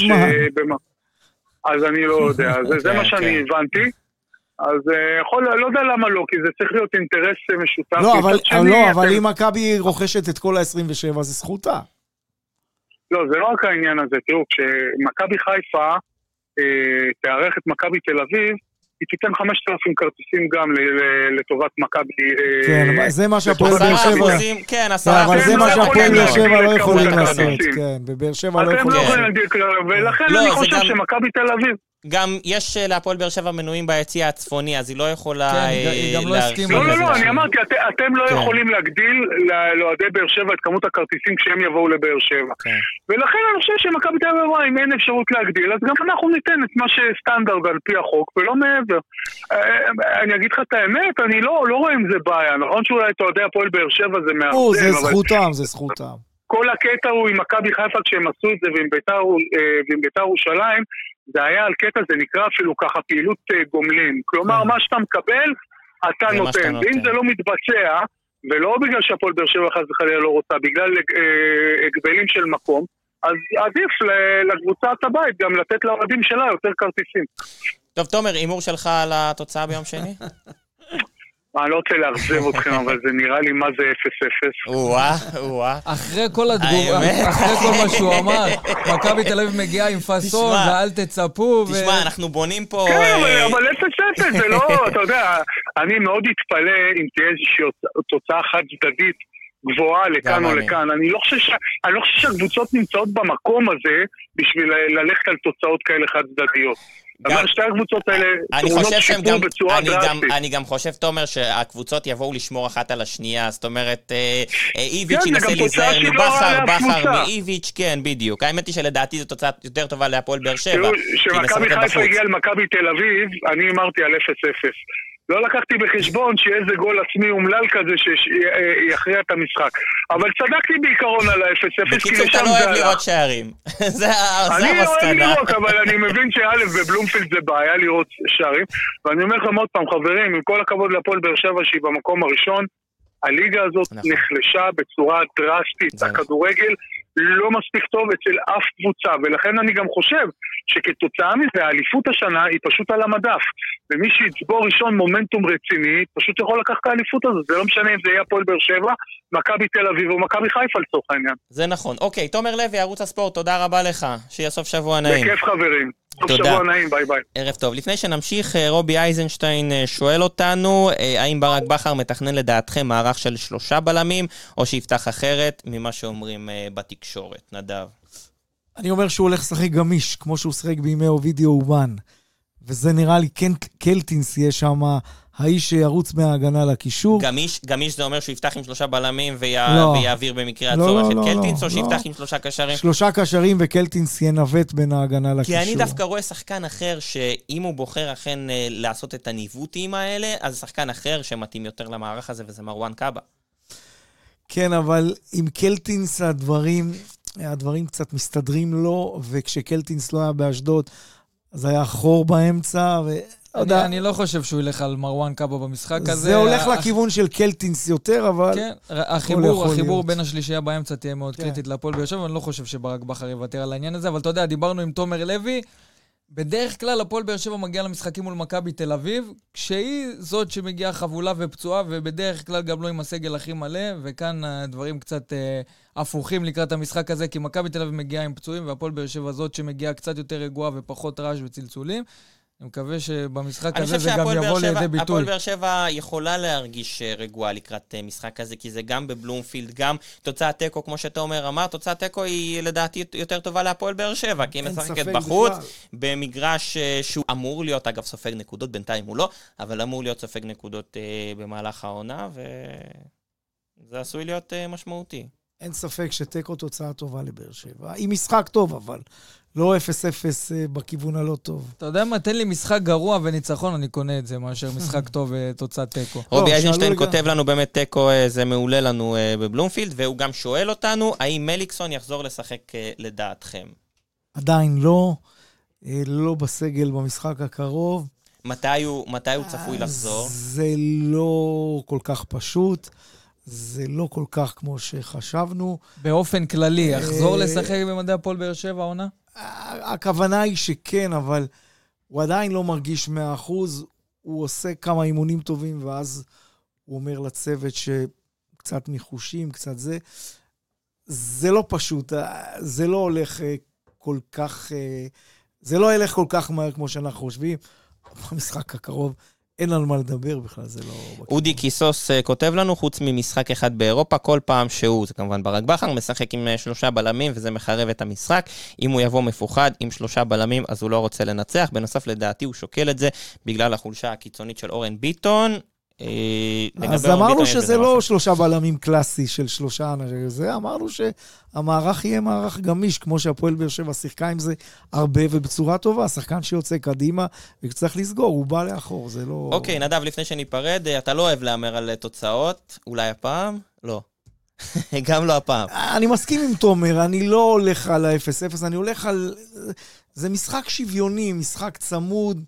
אז אני לא יודע. זה מה שאני הבנתי. אז לא יודע למה לא, כי זה צריך להיות אינטרס משותף. אבל אם מכבי רוכשת את כל ה-27, זה זכותה. לא, זה לא רק העניין הזה. תראו, כשמכבי חיפה תארח את מכבי תל אביב, היא תיתן 5,000 כרטיסים גם לטובת מכבי... כן, זה מה שהפועל באר שבע... כן, 10%. אבל זה מה שהפועל באר שבע לא יכולים לעשות. כן, בבאר שבע לא יכולים לעשות. ולכן אני חושב שמכבי תל אביב... גם יש להפועל באר שבע מנויים ביציע הצפוני, אז היא לא יכולה... כן, היא גם לא הסכימה. לא, אני אמרתי, אתם לא יכולים להגדיל לאוהדי באר שבע את כמות הכרטיסים כשהם יבואו לבאר שבע. ולכן אני חושב שמכבי תל אביב, אם אין אפשרות להגדיל, אז גם אנחנו ניתן את מה שסטנדרט על פי החוק, ולא מעבר. אני אגיד לך את האמת, אני לא רואה אם זה בעיה, נכון שאולי את אוהדי הפועל באר שבע זה מאכזב, זה זכותם, זה זכותם. כל הקטע הוא עם מכבי חיפה כשהם עשו את זה ועם בית"ר ירושלים, זה היה על קטע, זה נקרא אפילו ככה פעילות גומלין. כלומר, מה שאתה מקבל, אתה נותן. ואם זה לא מתבצע, ולא בגלל שהפועל באר שבע חס וחלילה לא רוצה, בגלל הגבלים של מקום, אז עדיף לקבוצת הבית גם לתת לאוהדים שלה יותר כרטיסים. טוב, תומר, הימור שלך על התוצאה ביום שני? אני לא רוצה להחזב אתכם, אבל זה נראה לי מה זה 0-0. אחרי כל התגובה, אחרי כל מה שהוא אמר, מכבי תל אביב מגיעה עם פאסון, ואל תצפו. תשמע, אנחנו בונים פה... כן, אבל 0-0 זה לא, אתה יודע, אני מאוד אתפלא אם תהיה איזושהי תוצאה חד צדדית גבוהה לכאן או לכאן. אני לא חושב שהקבוצות נמצאות במקום הזה בשביל ללכת על תוצאות כאלה חד צדדיות. אבל שתי הקבוצות האלה תמונות שיפור בצורה דרסטית. אני גם חושב, תומר, שהקבוצות יבואו לשמור אחת על השנייה, זאת אומרת, איביץ' ינסה להיזהר מבחר, בחר מאיביץ', כן, בדיוק. האמת היא שלדעתי זו תוצאה יותר טובה להפועל באר שבע. שמכבי חיפה הגיעה למכבי תל אביב, אני אמרתי על 0-0. לא לקחתי בחשבון שאיזה גול עצמי אומלל כזה שיכריע את המשחק. אבל צדקתי בעיקרון על ה-0-0. בקיצור, אתה לא אוהב לראות שערים. זה המסקנה. אני אוהב לראות, אבל אני מבין שא' בבלומפילד זה בעיה לראות שערים. ואני אומר לכם עוד פעם, חברים, עם כל הכבוד להפועל באר שבע שהיא במקום הראשון, הליגה הזאת נחלשה בצורה דרסטית. הכדורגל לא מספיק טוב אצל אף קבוצה, ולכן אני גם חושב שכתוצאה מזה, האליפות השנה היא פשוט על המדף. ומי שיצבור ראשון מומנטום רציני, פשוט יכול לקח את האליפות הזאת. זה לא משנה אם זה יהיה הפועל באר שבע, מכבי תל אביב או מכבי חיפה לצורך העניין. זה נכון. אוקיי, תומר לוי, ערוץ הספורט, תודה רבה לך. שיהיה סוף שבוע נעים. בכיף חברים. סוף שבוע נעים, ביי ביי. ערב טוב. לפני שנמשיך, רובי אייזנשטיין שואל אותנו, האם ברק בכר מתכנן לדעתכם מערך של 3 בלמים, או שיפתח אחרת ממה שאומרים בתקשורת? נדב. אני אומר שהוא הולך לשחק גמיש, כמו שהוא שחק בימי אובידיו אובן. וזה נראה לי, קלטינס יהיה שם האיש שירוץ מההגנה לקישור. גמיש זה אומר שהוא יפתח עם 3 בלמים ויעביר במקרה הצורך את קלטינס, או שיפתח עם 3 קשרים? 3 קשרים וקלטינס ינווט בין ההגנה לקישור. כי אני דווקא רואה שחקן אחר, שאם הוא בוחר אכן לעשות את הניווטים האלה, אז שחקן אחר שמתאים יותר למערך הזה, וזה מרואן קאבה. כן, אבל עם קלטינס הדברים קצת מסתדרים לו, וכשקלטינס לא היה באשדוד, אז היה חור באמצע, אני לא חושב שהוא ילך על מרואן קאבה במשחק הזה. זה הולך לכיוון של קלטינס יותר, אבל... כן, החיבור בין השלישייה באמצע תהיה מאוד קריטית להפועל באר שבע, ואני לא חושב שברק בכר יוותר על העניין הזה, אבל אתה יודע, דיברנו עם תומר לוי, בדרך כלל הפועל באר שבע מגיע למשחקים מול מכבי תל אביב, כשהיא זאת שמגיעה חבולה ופצועה, ובדרך כלל גם לא עם הסגל הכי מלא, וכאן הדברים קצת הפוכים לקראת המשחק הזה, כי מכבי תל אביב מגיעה עם פצועים, והפועל באר שבע זאת שמגיעה קצת יותר רגועה ופחות רעש וצלצולים. אני מקווה שבמשחק הזה זה גם יבוא לידי ביטוי. הפועל באר שבע יכולה להרגיש רגועה לקראת משחק הזה, כי זה גם בבלומפילד, גם תוצאת תיקו, כמו שאתה אמר, תוצאת תיקו היא לדעתי יותר טובה להפועל באר שבע, כי היא משחקת בחוץ, במגרש שהוא אמור להיות, אגב, סופג נקודות, בינתיים הוא לא, אבל אמור להיות סופג נקודות במהלך העונה, וזה עשוי להיות משמעותי. אין ספק שתיקו תוצאה טובה לבאר שבע. היא משחק טוב, אבל לא 0-0 בכיוון הלא טוב. אתה יודע מה? תן לי משחק גרוע וניצחון, אני קונה את זה, מאשר משחק טוב ותוצאת תיקו. רובי אייזנשטיין כותב לנו באמת תיקו, זה מעולה לנו בבלומפילד, והוא גם שואל אותנו, האם מליקסון יחזור לשחק לדעתכם? עדיין לא בסגל במשחק הקרוב. מתי הוא צפוי לחזור? זה לא כל כך פשוט. זה לא כל כך כמו שחשבנו. באופן כללי, יחזור לשחק במדעי הפועל באר שבע העונה? הכוונה היא שכן, אבל הוא עדיין לא מרגיש 100%. הוא עושה כמה אימונים טובים, ואז הוא אומר לצוות שקצת מחושים, קצת זה. זה לא פשוט, זה לא הולך כל כך, זה לא ילך כל כך מהר כמו שאנחנו חושבים. במשחק הקרוב אין על מה לדבר בכלל, זה לא... אודי קיסוס כותב לנו, חוץ ממשחק אחד באירופה, כל פעם שהוא, זה כמובן ברק בכר, משחק עם 3 בלמים, וזה מחרב את המשחק. אם הוא יבוא מפוחד עם 3 בלמים, אז הוא לא רוצה לנצח. בנוסף, לדעתי, הוא שוקל את זה, בגלל החולשה הקיצונית של אורן ביטון. אז אמרנו שזה לא 3 בלמים קלאסי של 3 אנשים, זה אמרנו שהמערך יהיה מערך גמיש, כמו שהפועל באר שבע שיחקה עם זה הרבה ובצורה טובה, השחקן שיוצא קדימה וצריך לסגור, הוא בא לאחור, זה לא... אוקיי, נדב, לפני שניפרד, אתה לא אוהב לאמר על תוצאות, אולי הפעם? לא. גם לא הפעם. אני מסכים עם תומר, אני לא הולך על ה-0-0, אני הולך על... זה משחק שוויוני, משחק צמוד,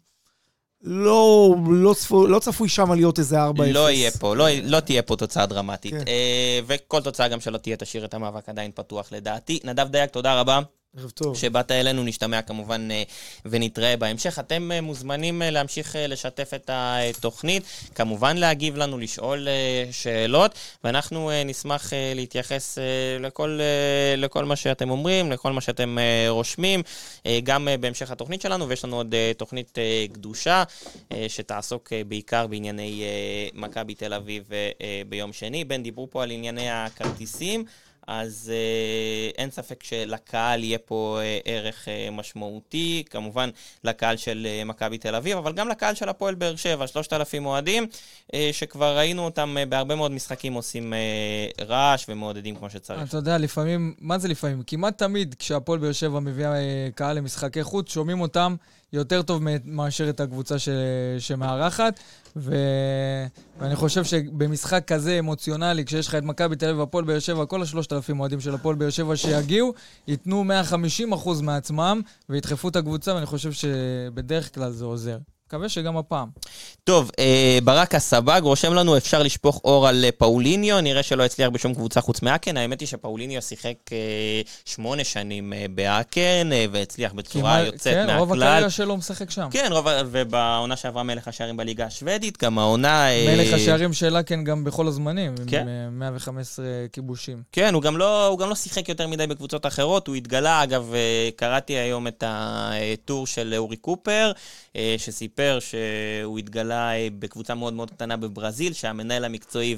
לא צפוי שם להיות איזה 4-0. לא יהיה פה, לא תהיה פה תוצאה דרמטית. וכל תוצאה גם שלא תהיה תשאיר את המאבק עדיין פתוח לדעתי. נדב דייק, תודה רבה. ערב טוב. שבאת אלינו, נשתמע כמובן ונתראה בהמשך. אתם מוזמנים להמשיך לשתף את התוכנית, כמובן להגיב לנו, לשאול שאלות, ואנחנו נשמח להתייחס לכל מה שאתם אומרים, לכל מה שאתם רושמים, גם בהמשך התוכנית שלנו, ויש לנו עוד תוכנית קדושה, שתעסוק בעיקר בענייני מכבי תל אביב ביום שני. בן דיברו פה על ענייני הכרטיסים, אז אין ספק שלקהל יהיה פה ערך משמעותי, כמובן לקהל של מכבי תל אביב, אבל גם לקהל של הפועל באר שבע, 3,000 אוהדים, שכבר ראינו אותם בהרבה מאוד משחקים עושים רעש ומעודדים כמו שצריך. אתה יודע, לפעמים, מה זה לפעמים? כמעט תמיד כשהפועל באר שבע מביאה קהל למשחקי חוץ, שומעים אותם יותר טוב מאשר את הקבוצה שמארחת, ואני חושב שבמשחק כזה אמוציונלי, כשיש לך את מכבי תל אביב והפועל באר שבע, כל 3,000 אוהדים של הפועל באר שבע שיגיעו, ייתנו 150% מעצמם, וידחפו את הקבוצה, ואני חושב שבדרך כלל זה עוזר. מקווה שגם הפעם. טוב, ברק הסבג רושם לנו, אפשר לשפוך אור על פאוליניו, נראה שלא הצליח בשום קבוצה חוץ מאקן, האמת היא שפאוליניו שיחק 8 שנים באקן, והצליח בצורה יוצאת מהכלל. כן, רוב הקריירה שלו משחק שם. כן, ובעונה שעברה מלך השערים בליגה השוודית, גם העונה... מלך השערים של אקן גם בכל הזמנים, עם 115 כיבושים. כן, הוא גם לא שיחק יותר מדי בקבוצות אחרות, הוא התגלה, אגב, קראתי היום את הטור של אורי קופר, שסיפר שהוא התגלה בקבוצה מאוד מאוד קטנה בברזיל, שהמנהל המקצועי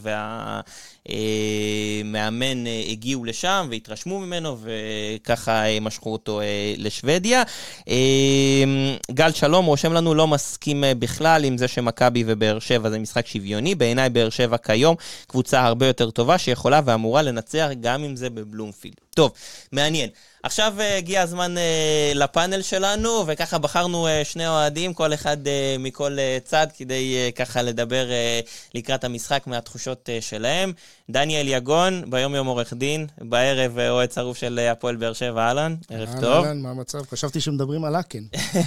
והמאמן הגיעו לשם והתרשמו ממנו, וככה משכו אותו לשוודיה. גל שלום רושם לנו, לא מסכים בכלל עם זה שמכבי ובאר שבע זה משחק שוויוני, בעיניי באר שבע כיום קבוצה הרבה יותר טובה שיכולה ואמורה לנצח גם אם זה בבלומפילד. טוב, מעניין. עכשיו הגיע הזמן לפאנל שלנו, וככה בחרנו 2 אוהדים, כל אחד מכל צד, כדי ככה לדבר לקראת המשחק מהתחושות שלהם. דניאל יגון, ביום יום עורך דין, בערב אוהד שרוף של הפועל באר שבע, אהלן, ערב טוב. אהלן, מה המצב? חשבתי שמדברים על אקן.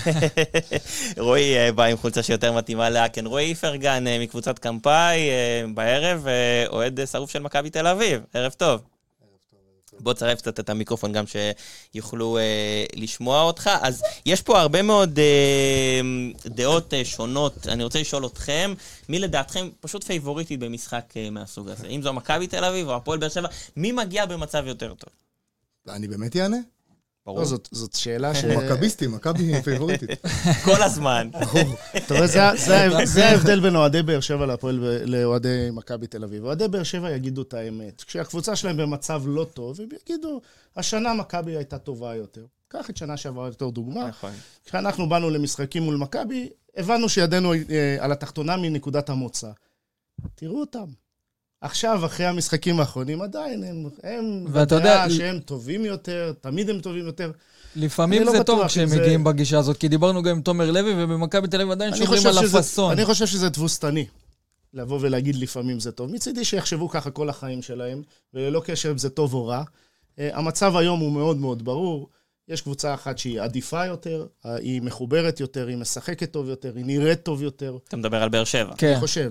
רועי בא עם חולצה שיותר מתאימה לאקן. רועי איפרגן מקבוצת קמפאי, בערב אוהד שרוף של מכבי תל אביב, ערב טוב. בוא תצרף קצת את המיקרופון גם שיוכלו לשמוע אותך. אז יש פה הרבה מאוד דעות שונות. אני רוצה לשאול אתכם, מי לדעתכם פשוט פייבוריטית במשחק מהסוג הזה? אם זו מכבי תל אביב או הפועל באר שבע, מי מגיע במצב יותר טוב? אני באמת יענה? ברור. לא, זאת שאלה מכביסטי, מכבי פייבוריטית. כל הזמן. אתה רואה, זה ההבדל בין אוהדי באר שבע לאוהדי מכבי תל אביב. אוהדי באר שבע יגידו את האמת. כשהקבוצה שלהם במצב לא טוב, הם יגידו, השנה מכבי הייתה טובה יותר. קח את שנה שעברה יותר דוגמה. נכון. כשאנחנו באנו למשחקים מול מכבי, הבנו שידנו על התחתונה מנקודת המוצא. תראו אותם. עכשיו, אחרי המשחקים האחרונים, עדיין הם בדעה שהם טובים יותר, תמיד הם טובים יותר. לפעמים זה טוב כשהם מגיעים בגישה הזאת, כי דיברנו גם עם תומר לוי, ובמכבי תל אביב עדיין שומרים על הפסון. אני חושב שזה תבוסתני, לבוא ולהגיד לפעמים זה טוב. מצידי שיחשבו ככה כל החיים שלהם, וללא קשר אם זה טוב או רע. המצב היום הוא מאוד מאוד ברור. יש קבוצה אחת שהיא עדיפה יותר, היא מחוברת יותר, היא משחקת טוב יותר, היא נראית טוב יותר. אתה מדבר על באר שבע. אני חושב.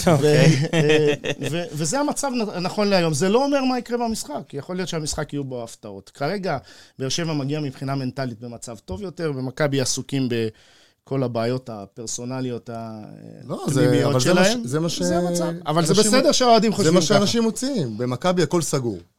וזה המצב נכון להיום. זה לא אומר מה יקרה במשחק. יכול להיות שהמשחק יהיו בו הפתעות. כרגע, באר שבע מגיע מבחינה מנטלית במצב טוב יותר, ומכבי עסוקים בכל הבעיות הפרסונליות הפנימיות שלהם. זה מה אבל זה בסדר שהאוהדים חושבים ככה. זה מה שאנשים מוצאים. במכבי הכל סגור.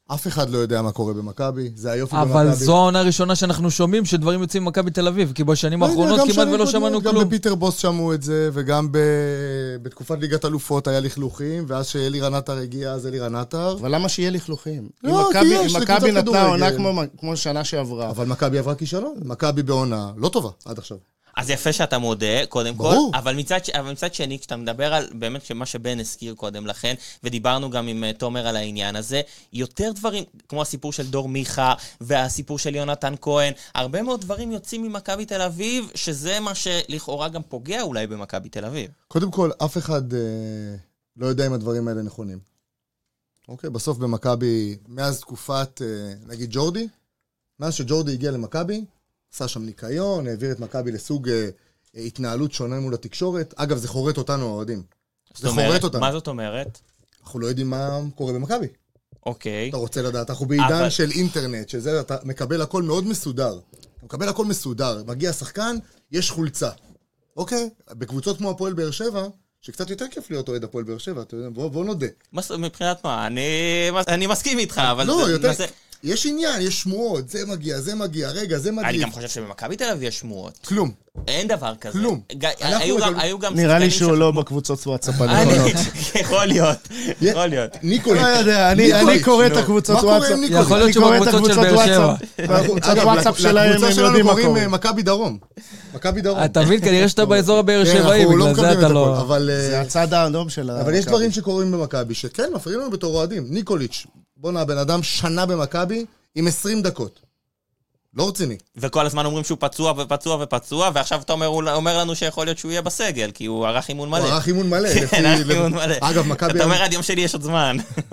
אף אחד לא יודע מה קורה במכבי, זה היופי במכבי. אבל זו העונה הראשונה שאנחנו שומעים שדברים יוצאים ממכבי תל אביב, כי בשנים האחרונות כמעט ולא שמענו כלום. גם בפיטר בוס שמעו את זה, וגם בתקופת ליגת אלופות היה לכלוכים, ואז שאלירן עטר הגיע, אז אלירן עטר. אבל למה שיהיה לכלוכים? לא, כי יש, מכבי נתנה עונה כמו שנה שעברה. אבל מכבי עברה כישלון, מכבי בעונה לא טובה עד עכשיו. אז יפה שאתה מודה, קודם כל, אבל מצד שני, כשאתה מדבר על באמת מה שבן הזכיר קודם לכן, ודיברנו גם עם תומר על העניין הזה, יותר דברים, כמו הסיפור של דור מיכה, והסיפור של יונתן כהן, הרבה מאוד דברים יוצאים ממכבי תל אביב, שזה מה שלכאורה גם פוגע אולי במכבי תל אביב. קודם כל, אף אחד לא יודע אם הדברים האלה נכונים. אוקיי, בסוף במכבי, מאז תקופת, נגיד ג'ורדי, מאז שג'ורדי הגיע למכבי, עשה שם ניקיון, העביר את מכבי לסוג התנהלות שונה מול התקשורת. אגב, זה חורט אותנו, האוהדים. זה חורט אותנו. מה זאת אומרת? אנחנו לא יודעים מה קורה במכבי. אוקיי. אתה רוצה לדעת, אנחנו בעידן של אינטרנט, שזה אתה מקבל הכל מאוד מסודר. אתה מקבל הכל מסודר. מגיע שחקן, יש חולצה. אוקיי? בקבוצות כמו הפועל באר שבע, שקצת יותר כיף להיות אוהד הפועל באר שבע, בוא נודה. מבחינת מה? אני מסכים איתך, אבל... לא, יותר... יש עניין, יש שמועות, זה מגיע, רגע, זה מדליף. אני גם חושב שבמכבי תל אביב יש שמועות. כלום. אין דבר כזה. כלום. היו גם נראה לי שהוא לא בקבוצות וואטסאפ הנכונות. יכול להיות. ניקוליץ'. לא יודע, אני קורא את הקבוצות וואטסאפ. יכול להיות שבקבוצות של באר שבע. בקבוצות וואטסאפ שלהם הם יודעים מה קורה. מכבי דרום. מכבי דרום. אתה מבין, כנראה שאתה באזור הבאר שבעי, בגלל זה אתה לא... זה הצד האדום של אבל יש דברים שקורים במכבי, שכן מפריעים לנו בתור אוהדים. ניקוליץ', בוא נע, בן אדם שנה במכבי עם 20 דקות. לא רציני. וכל הזמן אומרים שהוא פצוע ופצוע ופצוע, ועכשיו אתה אומר לנו שיכול להיות שהוא יהיה בסגל, כי הוא ערך אימון מלא. הוא ערך אימון מלא. כן, ערך אימון מלא. אגב, מכבי... אתה אומר, עד יום שלי יש עוד זמן.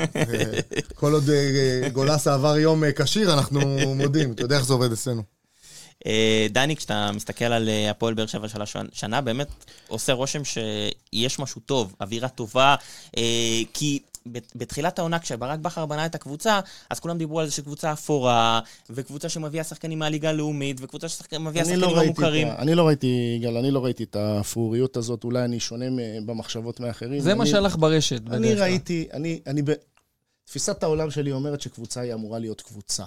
כל עוד גולסה עבר יום קשיר, אנחנו מודים. אתה יודע איך זה עובד אצלנו. דני, כשאתה מסתכל על הפועל באר שבע של השנה, באמת עושה רושם שיש משהו טוב, אווירה טובה, כי בתחילת העונה, כשברק בכר בנה את הקבוצה, אז כולם דיברו על זה שקבוצה אפורה, וקבוצה שמביאה שחקנים מהליגה הלאומית, וקבוצה שמביאה שחקנים המוכרים. אני לא ראיתי את האפוריות הזאת, אולי אני שונה במחשבות מאחרים. זה מה שהלך ברשת. אני ראיתי, תפיסת העולם שלי אומרת שקבוצה היא אמורה להיות קבוצה.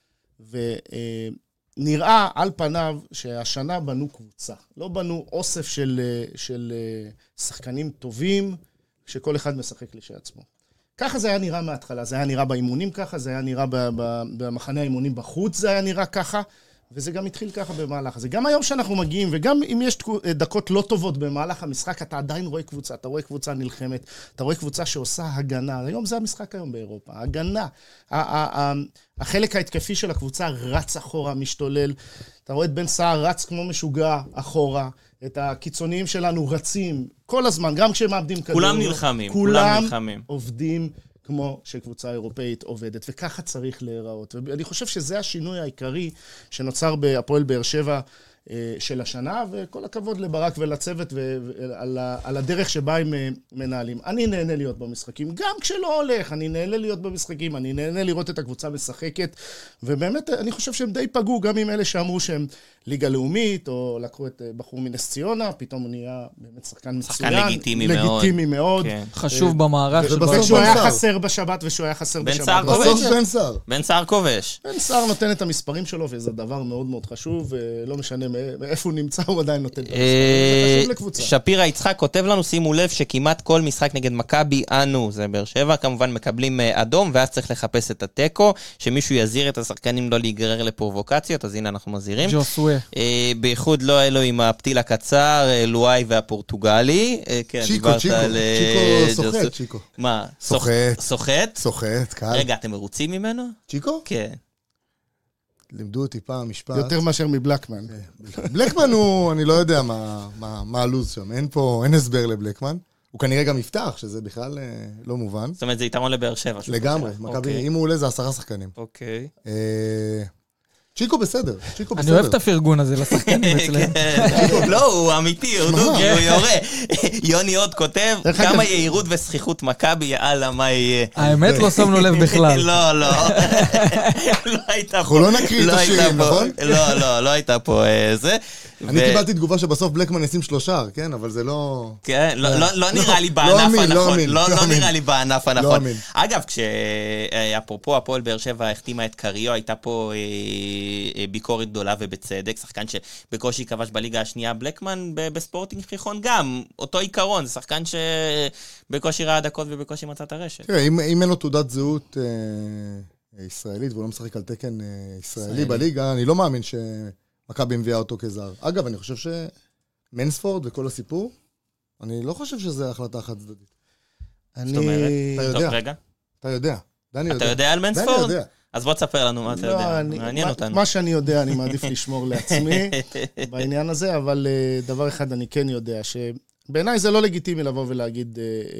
נראה על פניו שהשנה בנו קבוצה. לא בנו אוסף של שחקנים טובים, שכל אחד משחק לשעצמו. ככה זה היה נראה מההתחלה, זה היה נראה באימונים ככה, זה היה נראה במחנה האימונים בחוץ, זה היה נראה ככה, וזה גם התחיל ככה במהלך הזה. גם היום שאנחנו מגיעים, וגם אם יש דקות לא טובות במהלך המשחק, אתה עדיין רואה קבוצה, אתה רואה קבוצה נלחמת, אתה רואה קבוצה שעושה הגנה. היום זה המשחק היום באירופה, הגנה. החלק ההתקפי של הקבוצה רץ אחורה, משתולל. אתה רואה את בן סער רץ כמו משוגע אחורה, את הקיצוניים שלנו רצים כל הזמן, גם כשהם מאבדים כדור. כולם נלחמים. כולם עובדים כמו שקבוצה אירופאית עובדת, וככה צריך להיראות. ואני חושב שזה השינוי העיקרי שנוצר בהפועל באר שבע של השנה, וכל הכבוד לברק ולצוות על הדרך שבה הם מנהלים. אני נהנה להיות במשחקים, גם כשלא הולך, אני נהנה להיות במשחקים, אני נהנה לראות את הקבוצה משחקת, ובאמת אני חושב שהם די פגעו, גם עם אלה שאמרו שהם ליגה לאומית, או לקחו את בחור מנס ציונה, פתאום הוא נהיה באמת שחקן מצוין. שחקן לגיטימי מאוד. חשוב במערך. ושהוא היה חסר בשבת, ושהוא היה חסר בשבת. בן סער כובש. בן סער נותן את המספרים שלו, וזה דבר מאוד מאוד חשוב, ולא משנה מאיפה הוא נמצא, הוא עדיין נותן את המספרים. זה חשוב לקבוצה. שפירה יצחק כותב לנו, שימו לב שכמעט כל משחק נגד מכבי, אנו, זה באר שבע, כמובן מקבלים אדום, ואז צריך לחפש את הטקו, שמישהו יזהיר את השחקנים לא להיגרר לפרובוקציות, אז הנה אנחנו מזהירים. בייחוד לא אלו עם הפתיל הקצר, לואי והפורטוגלי. צ'יקו, צ'יקו. מה? סוחט? סוחט, קל. רגע, אתם מרוצים ממנו? צ'יקו? כן. לימדו אותי פעם משפט. יותר מאשר מבלקמן. בלקמן הוא, אני לא יודע מה הלוז שם. אין הסבר לבלקמן. הוא כנראה גם יפתח, שזה בכלל לא מובן. זאת אומרת, זה יתרון לבאר שבע. לגמרי. מכבי, אם הוא עולה, זה 10 שחקנים. אוקיי. צ'יקו בסדר, צ'יקו בסדר. אני אוהב את הפרגון הזה לשחקנים אצלם. לא, הוא אמיתי, הוא דוגי, הוא יורה. יוני עוד כותב, כמה יהירות וזכיחות מכבי, יאללה, מה יהיה? האמת לא שמנו לב בכלל. לא, לא. לא הייתה פה. אנחנו לא נקריא את השירים, נכון? לא הייתה פה זה. אני קיבלתי תגובה שבסוף בלקמן ישים 3 שער, כן? אבל זה לא... כן, לא נראה לי בענף הנכון. לא נראה לי בענף הנכון. אגב, כשאפרופו הפועל באר שבע החתימה את קריו, הייתה פה ביקורת גדולה ובצדק, שחקן שבקושי כבש בליגה השנייה, בלקמן בספורטינג חיכון גם, אותו עיקרון, זה שחקן שבקושי ראה דקות ובקושי מצא את הרשת. תראה, אם אין לו תעודת זהות ישראלית, והוא לא משחק על תקן ישראלי בליגה, אני לא מאמין שמכבי מביאה אותו כזר. אגב, אני חושב שמנספורד וכל הסיפור, אני לא חושב שזה החלטה חד צדדית. זאת אומרת, אתה יודע. רגע. אתה יודע. דני יודע. אתה יודע על מנספורד? דני יודע. אז בוא תספר לנו מה אתה יודע, מעניין אותנו. מה שאני יודע, אני מעדיף לשמור לעצמי בעניין הזה, אבל דבר אחד אני כן יודע, שבעיניי זה לא לגיטימי לבוא ולהגיד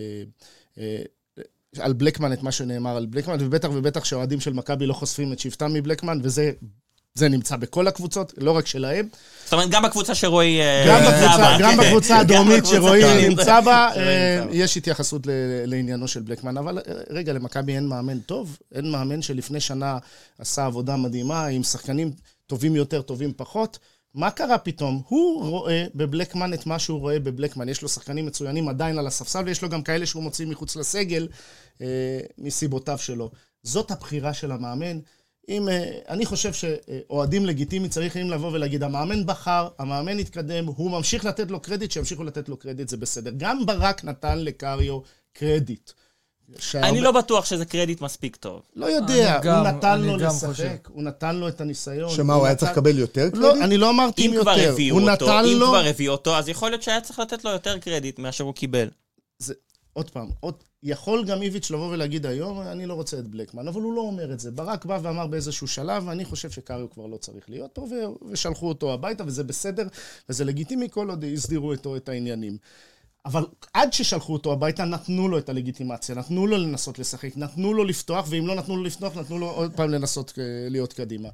על בלקמן את מה שנאמר על בלקמן, ובטח שהאוהדים של מכבי לא חושפים את שבטם מבלקמן, וזה נמצא בכל הקבוצות, לא רק שלהם. זאת אומרת, גם בקבוצה שרועי... גם בקבוצה הדרומית שרועי נמצא בה, יש התייחסות לעניינו של בלקמן, אבל רגע, למכבי אין מאמן טוב, אין מאמן שלפני שנה עשה עבודה מדהימה, עם שחקנים טובים יותר, טובים פחות. מה קרה פתאום? הוא רואה בבלקמן את מה שהוא רואה בבלקמן. יש לו שחקנים מצוינים עדיין על הספסל, ויש לו גם כאלה שהוא מוציא מחוץ לסגל, מסיבותיו שלו. זאת הבחירה של המאמן. אני חושב שאוהדים לגיטימי צריכים לבוא ולהגיד, המאמן בחר, המאמן התקדם, הוא ממשיך לתת לו קרדיט, שימשיכו לתת לו קרדיט, זה בסדר. גם ברק נתן לקריו קרדיט. אני לא בטוח שזה קרדיט מספיק טוב. לא יודע, הוא נתן לו לשחק, הוא נתן לו את הניסיון. שמה, הוא היה צריך לקבל יותר קרדיט? לא, אני לא אמרתי יותר. אם כבר הביאו אותו, אז יכול להיות שהיה צריך לתת לו יותר קרדיט מאשר הוא קיבל. עוד פעם, יכול גם איביץ' לבוא ולהגיד היום, אני לא רוצה את בלקמן, אבל הוא לא אומר את זה. ברק בא ואמר באיזשהו שלב, ואני חושב שקריו כבר לא צריך להיות פה, ושלחו אותו הביתה, וזה בסדר, וזה לגיטימי, כל עוד הסדירו איתו את העניינים. אבל עד ששלחו אותו הביתה, נתנו לו את הלגיטימציה, נתנו לו לנסות לשחק, נתנו לו לפתוח, ואם לא נתנו לו לפתוח, נתנו לו עוד פעם לנסות להיות קדימה.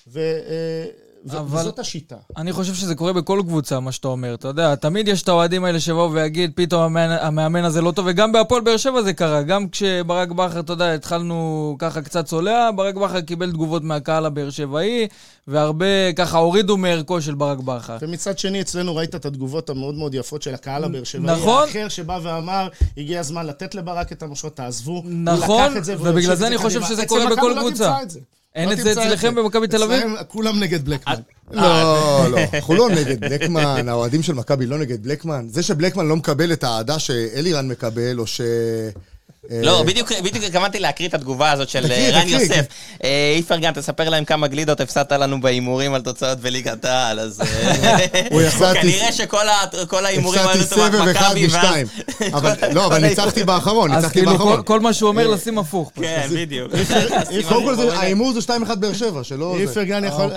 וזאת השיטה. אני חושב שזה קורה בכל קבוצה, מה שאתה אומר. אתה יודע, תמיד יש את האוהדים האלה שבאו ויגיד, פתאום המאמן הזה לא טוב, וגם בהפועל באר שבע זה קרה. גם כשברק בכר, אתה יודע, התחלנו ככה קצת צולע, ברק בכר קיבל תגובות מהקהל הבאר שבעי, והרבה ככה הורידו מערכו של ברק בכר. ומצד שני, אצלנו ראית את התגובות המאוד מאוד יפות של הקהל הבאר שבעי. נכון. האחר שבא ואמר, הגיע הזמן לתת לברק את המשות, תעזבו. נכון, ובגלל זה אני חושב שזה קורה בכל קבוצה. אין את זה אצלכם במכבי תל אביב? כולם נגד בלקמן. לא, אנחנו לא נגד בלקמן, האוהדים של מכבי לא נגד בלקמן. זה שבלקמן לא מקבל את האהדה שאלירן מקבל, או ש... לא, בדיוק התכוונתי להקריא את התגובה הזאת של רן יוסף. איפרגן, תספר להם כמה גלידות הפסדת לנו באימורים על תוצאות בליגת העל, אז... כנראה שכל האימורים האלה הפסדתי סבב אחד משתיים. לא, אבל ניצחתי באחרון, אז כאילו כל מה שהוא אומר לשים הפוך. כן, בדיוק. קודם כל, האימור זה 2-1 באר שבע, שלא... איפרגן יכול...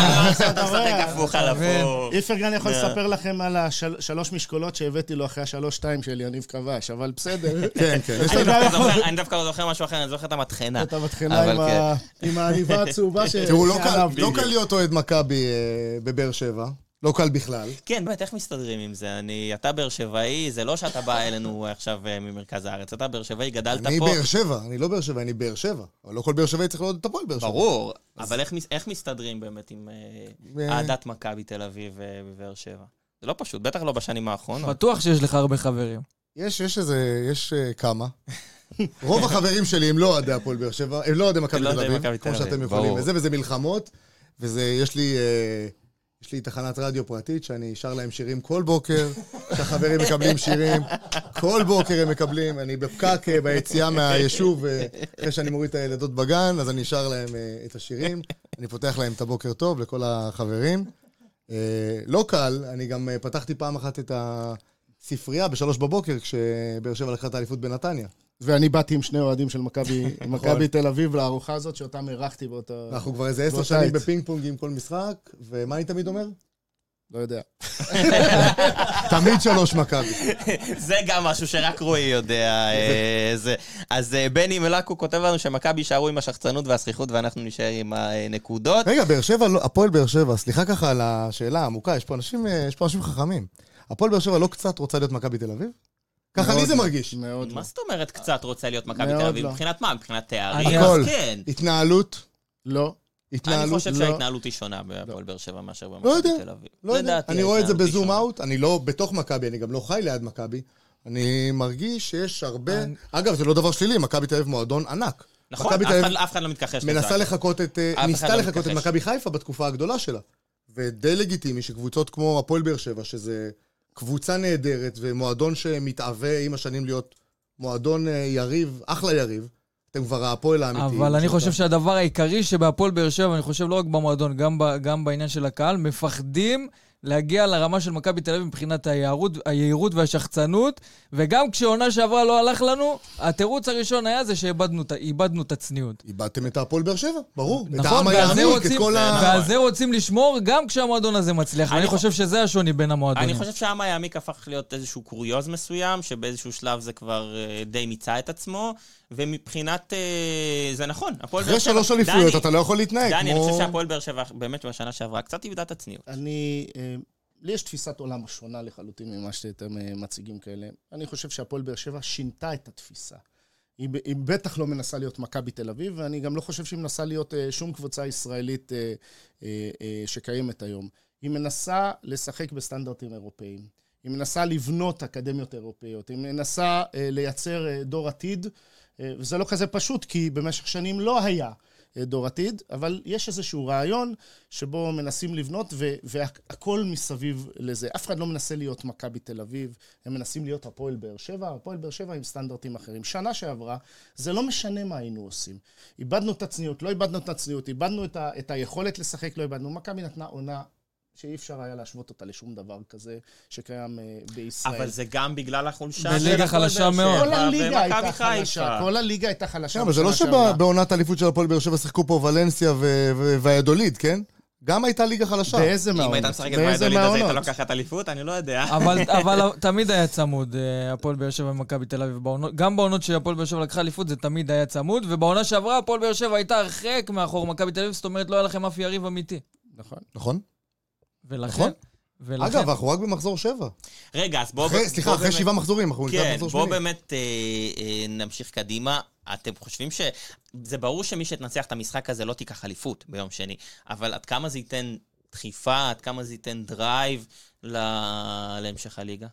איפרגן יכול לספר לכם על 3 משקולות שהבאתי לו אחרי 3-2 של יניב כבש, אבל בסדר. כן, כן. אני דווקא לא זוכר משהו אחר, אני זוכר את המטחנה. את המטחנה עם העניבה הצהובה. תראו, לא קל להיות אוהד מכבי בבאר שבע. לא קל בכלל. כן, באמת, איך מסתדרים עם זה? אתה באר שבעי, זה לא שאתה בא אלינו עכשיו ממרכז הארץ. אתה באר שבעי, גדלת פה. אני באר שבע, אני לא באר שבע, אני באר שבע. אבל לא כל באר שבעי צריך לעוד את הפועל באר שבע. ברור, אבל איך מסתדרים באמת עם אהדת מכבי תל אביב ובאר שבע? זה לא פשוט, בטח לא בשנים האחרונות. בטוח שיש לך הרבה חברים. יש כמה. רוב החברים שלי הם לא אוהדי הפועל באר שבע, הם לא אוהדי מכבי תל אביב, כמו שאתם יכולים. וזה מלחמות, יש לי תחנת רדיו פרטית שאני שר להם שירים כל בוקר, שהחברים מקבלים שירים, כל בוקר הם מקבלים, אני בפקק ביציאה מהיישוב, אחרי שאני מוריד את הילדות בגן, אז אני שר להם את השירים, אני פותח להם את הבוקר טוב לכל החברים. לא קל, אני גם פתחתי פעם אחת את הספרייה ב3 בבוקר, כשבאר שבע לקחה את האליפות בנתניה. ואני באתי עם 2 אוהדים של מכבי תל אביב לארוחה הזאת, שאותם ערכתי באותה... אנחנו כבר איזה 10 שנים בפינג פונג עם כל משחק, ומה אני תמיד אומר? לא יודע. תמיד 3 מכבי. זה גם משהו שרק רועי יודע. אז בני מלאקו כותב לנו שמכבי יישארו עם השחצנות והשכיחות ואנחנו נשאר עם הנקודות. רגע, באר שבע, הפועל באר שבע, סליחה ככה על השאלה העמוקה, יש פה אנשים חכמים. הפועל באר שבע לא קצת רוצה להיות מכבי תל אביב? ככה לי זה מרגיש. מאוד. מה זאת אומרת קצת רוצה להיות מכבי תל אביב? מבחינת מה? מבחינת תארים? הכל. כן. התנהלות? לא. אני חושב שההתנהלות היא שונה בהפועל באר שבע מאשר לא במכבי יודע, תל אביב. לא יודע. אני רואה את זה בזום אאוט, אני לא בתוך מכבי, אני גם לא חי ליד מכבי. אני מרגיש שיש הרבה... אגב, זה לא דבר שלילי, מכבי תל אביב מועדון ענק. נכון, אף אחד לא מתכחש לזה. ניסתה לחכות את מכבי חיפה בתקופה הגדולה שלה. ודי לגיטימי שקבוצות כמו הפועל באר שבע, שזה קבוצה נהדרת ומועדון שמתאווה עם השנים להיות מועדון יריב, אחלה יריב. אתם כבר הפועל האמיתי. אבל אני חושב שהדבר העיקרי שבהפועל באר שבע, אני חושב לא רק במועדון, גם בעניין של הקהל, מפחדים להגיע לרמה של מכבי תל אביב מבחינת היהירות והשחצנות, וגם כשעונה שעברה לא הלך לנו, התירוץ הראשון היה זה שאיבדנו את הצניעות. איבדתם את הפועל באר שבע, ברור. נכון, ועל זה רוצים לשמור גם כשהמועדון הזה מצליח, ואני חושב שזה השוני בין המועדונים. אני חושב שהעם היעמיק הפך להיות איזשהו קוריוז מסוים, שבאיזשהו שלב זה כבר די מיצה את עצמו, ומבחינת, זה נכון, הפועל באר שבע... אחרי 3 אליפויות אתה לא יכול להתנהג. דני, אני חושב שהפועל באר שבע באמת בשנה שעברה קצת איבדה את הצניעות. לי יש תפיסת עולם שונה לחלוטין ממה שאתם מציגים כאלה. אני חושב שהפועל באר שבע שינתה את התפיסה. היא בטח לא מנסה להיות מכבי תל אביב, ואני גם לא חושב שהיא מנסה להיות שום קבוצה ישראלית שקיימת היום. היא מנסה לשחק בסטנדרטים אירופאיים. היא מנסה לבנות אקדמיות אירופאיות. היא מנסה לייצר דור עתיד, וזה לא כזה פשוט, כי במשך שנים לא היה דור עתיד, אבל יש איזשהו רעיון שבו מנסים לבנות, והכל מסביב לזה. אף אחד לא מנסה להיות מכבי תל אביב, הם מנסים להיות הפועל באר שבע, הפועל באר שבע עם סטנדרטים אחרים. שנה שעברה, זה לא משנה מה היינו עושים. איבדנו את הצניעות, לא איבדנו את הצניעות, איבדנו את היכולת לשחק, לא איבדנו. מכבי נתנה עונה שאי אפשר היה להשוות אותה לשום דבר כזה שקיים בישראל. אבל זה גם בגלל החולשה בליגה חלשה מאוד. כל הליגה הייתה חלשה. כל הליגה הייתה חלשה. אבל זה לא שבעונת האליפות של הפועל באר שבע שיחקו פה ולנסיה והידוליד, כן? גם הייתה ליגה חלשה. באיזה מהעונות? אם היית משחק את והידוליד הזה, היית לוקחת אליפות? אני לא יודע. אבל תמיד היה צמוד, הפועל באר שבע ומכבי תל אביב. גם בעונות שהפועל באר שבע לקחה אליפות, זה תמיד היה צמוד, ובעונה שעברה הפועל באר שבע הייתה הרחק מאחור מכבי תל אביב, זאת אומרת לא היה לכם אף יריב אמיתי. נכון. ולכן... אגב, אנחנו רק במחזור 7. רגע, אז בואו... סליחה, אחרי 7 מחזורים, אנחנו נקרא כן, מחזור 8. בואו באמת נמשיך קדימה. אתם חושבים זה ברור שמי שתנצח את המשחק הזה לא תיקח אליפות ביום שני, אבל עד כמה זה ייתן דחיפה, עד כמה זה ייתן דרייב להמשך הליגה?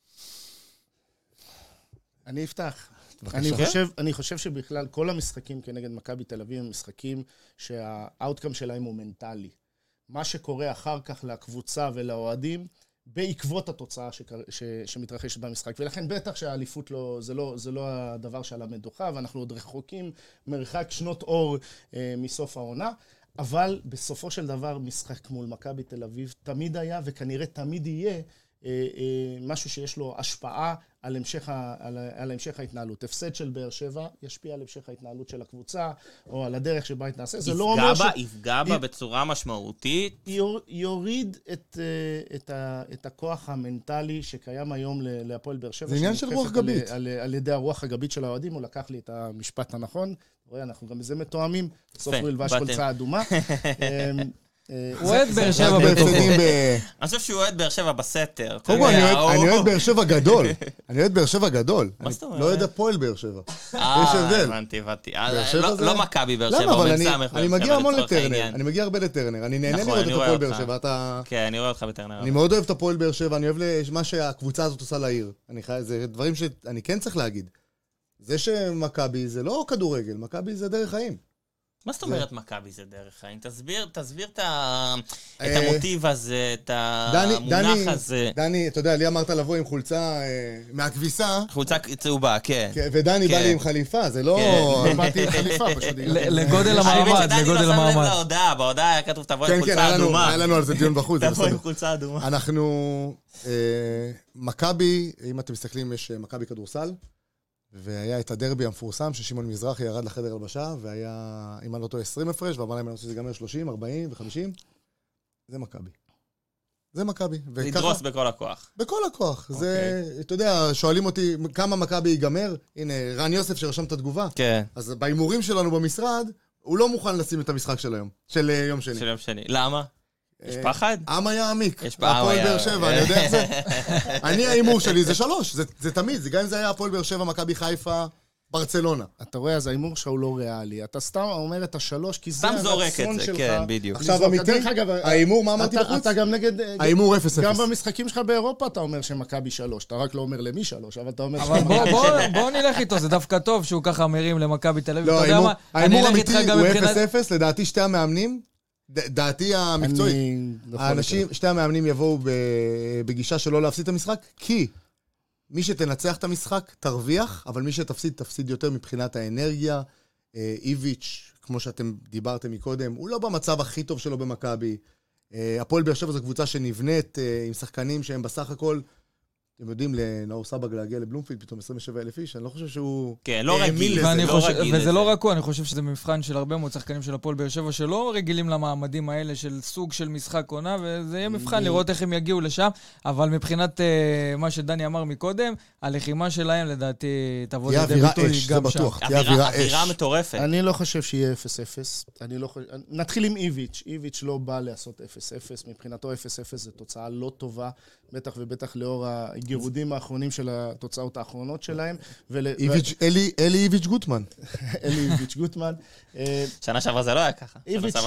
אני אפתח. אני חושב שבכלל כל המשחקים כנגד מכבי תל אביב הם משחקים שהאוטקאם שלהם הוא מנטלי. מה שקורה אחר כך לקבוצה ולאוהדים, בעקבות התוצאה שמתרחשת במשחק. ולכן בטח שהאליפות זה לא הדבר שעל המדוכה, ואנחנו עוד רחוקים מרחק שנות אור מסוף העונה, אבל בסופו של דבר משחק מול מכבי תל אביב תמיד היה, וכנראה תמיד יהיה, משהו שיש לו השפעה על המשך ההתנהלות. הפסד של באר שבע ישפיע על המשך ההתנהלות של הקבוצה, או על הדרך שבה התנעשה. זה לא אומר יפגע בה בצורה משמעותית. יוריד את הכוח המנטלי שקיים היום להפועל באר שבע. זה עניין של רוח גבית. על ידי הרוח הגבית של האוהדים, הוא לקח לי את המשפט הנכון. רואה, אנחנו גם בזה מתואמים. בסוף הוא ילבש חולצה אדומה. הוא אוהד באר שבע בתוכו. אני חושב שהוא אוהד באר שבע בסתר. קודם כל, אני אוהד באר שבע גדול. אני אוהד באר שבע גדול. מה זאת אומרת? לא אוהד הפועל באר שבע. יש הבדל. הבנתי. לא מכבי באר שבע. למה? אבל אני מגיע המון לטרנר. אני מגיע הרבה לטרנר. אני נהנה לראות את הפועל באר שבע. כן, אני רואה אותך בטרנר. אני מאוד אוהב את הפועל באר שבע. אני אוהב מה שהקבוצה הזאת עושה לעיר. זה דברים שאני כן צריך להגיד. זה שמכבי זה לא כדורגל. מכבי זה דרך חיים. מה זאת אומרת מכבי זה דרך חיים? תסביר את המוטיב הזה, את המונח הזה. דני, אתה יודע, לי אמרת לבוא עם חולצה מהכביסה. חולצה צהובה, כן. ודני בא לי עם חליפה, זה לא... באתי עם חליפה פשוט. לגודל המעמד, לגודל המעמד. בהודעה היה כתוב תבוא עם חולצה אדומה. כן, היה לנו על זה דיון בחוץ. תבוא עם חולצה אדומה. אנחנו... מכבי, אם אתם מסתכלים, יש מכבי כדורסל. והיה את הדרבי המפורסם ששמעון מזרחי ירד לחדר הלבשה, והיה, אם אני לא טועה, 20 הפרש, ואמר להם, אני רוצה שזה ייגמר 30, 40 ו-50. זה מכבי. זה מכבי. לדרוס בכל הכוח. בכל הכוח. זה, אתה יודע, שואלים אותי כמה מכבי ייגמר. הנה, רן יוסף שרשם את התגובה. כן. אז בהימורים שלנו במשרד, הוא לא מוכן לשים את המשחק של היום. של יום שני. של יום שני. למה? יש פחד? עם היה עמיק. יש הפועל באר שבע, אני יודע איך זה. אני, ההימור שלי זה 3. זה תמיד. זה גם אם זה היה הפועל באר שבע, מכבי חיפה, ברצלונה. אתה רואה, אז ההימור שלך הוא לא ריאלי. אתה סתם אומר את 3, כי זה סתם זורק את הרצון זה, שלך. כן, בדיוק. עכשיו אמיתי, ההימור, מה אמרתי בחוץ? אתה גם נגד... ההימור 0-0. גם במשחקים שלך באירופה אתה אומר שמכבי 3. אתה רק לא אומר למי 3, אבל אתה אומר... אבל בוא נלך איתו, זה דווקא טוב שהוא ככה מרים למכבי תל אביב. לא, ההימור האמיתי הוא 0-0, לדעתי שתי המאמנים, דעתי המקצועית, האנשים, שתי המאמנים יבואו בגישה שלא להפסיד את המשחק, כי מי שתנצח את המשחק תרוויח, אבל מי שתפסיד, תפסיד יותר מבחינת האנרגיה. איביץ', כמו שאתם דיברתם מקודם, הוא לא במצב הכי טוב שלו במכבי. הפועל באר שבע זו קבוצה שנבנית עם שחקנים שהם בסך הכל, אתם יודעים, לנאור סבג להגיע לבלומפילד, פתאום 27,000 איש, אני לא חושב שהוא... כן, לא רגיל לזה, לא רגיל לזה. וזה לא רק הוא, אני חושב שזה מבחן של הרבה מאוד שחקנים של הפועל באר שבע, שלא רגילים למעמדים האלה של סוג של משחק עונה, וזה יהיה מבחן לראות איך הם יגיעו לשם, אבל מבחינת מה שדני אמר מקודם, הלחימה שלהם לדעתי תבוא לידי ביטוי גם שם. אווירה מטורפת. אני לא חושב שיהיה 0-0. נתחיל עם איביץ'. איביץ' לא בא לעשות 0-0. מבחינתו 0-0 זה תוצאה לא טובה, בטח ובטח לאור הגירודים האחרונים של התוצאות האחרונות שלהם. אלי איביץ' גוטמן. אלי איביץ' גוטמן. שנה שעברה זה לא היה ככה.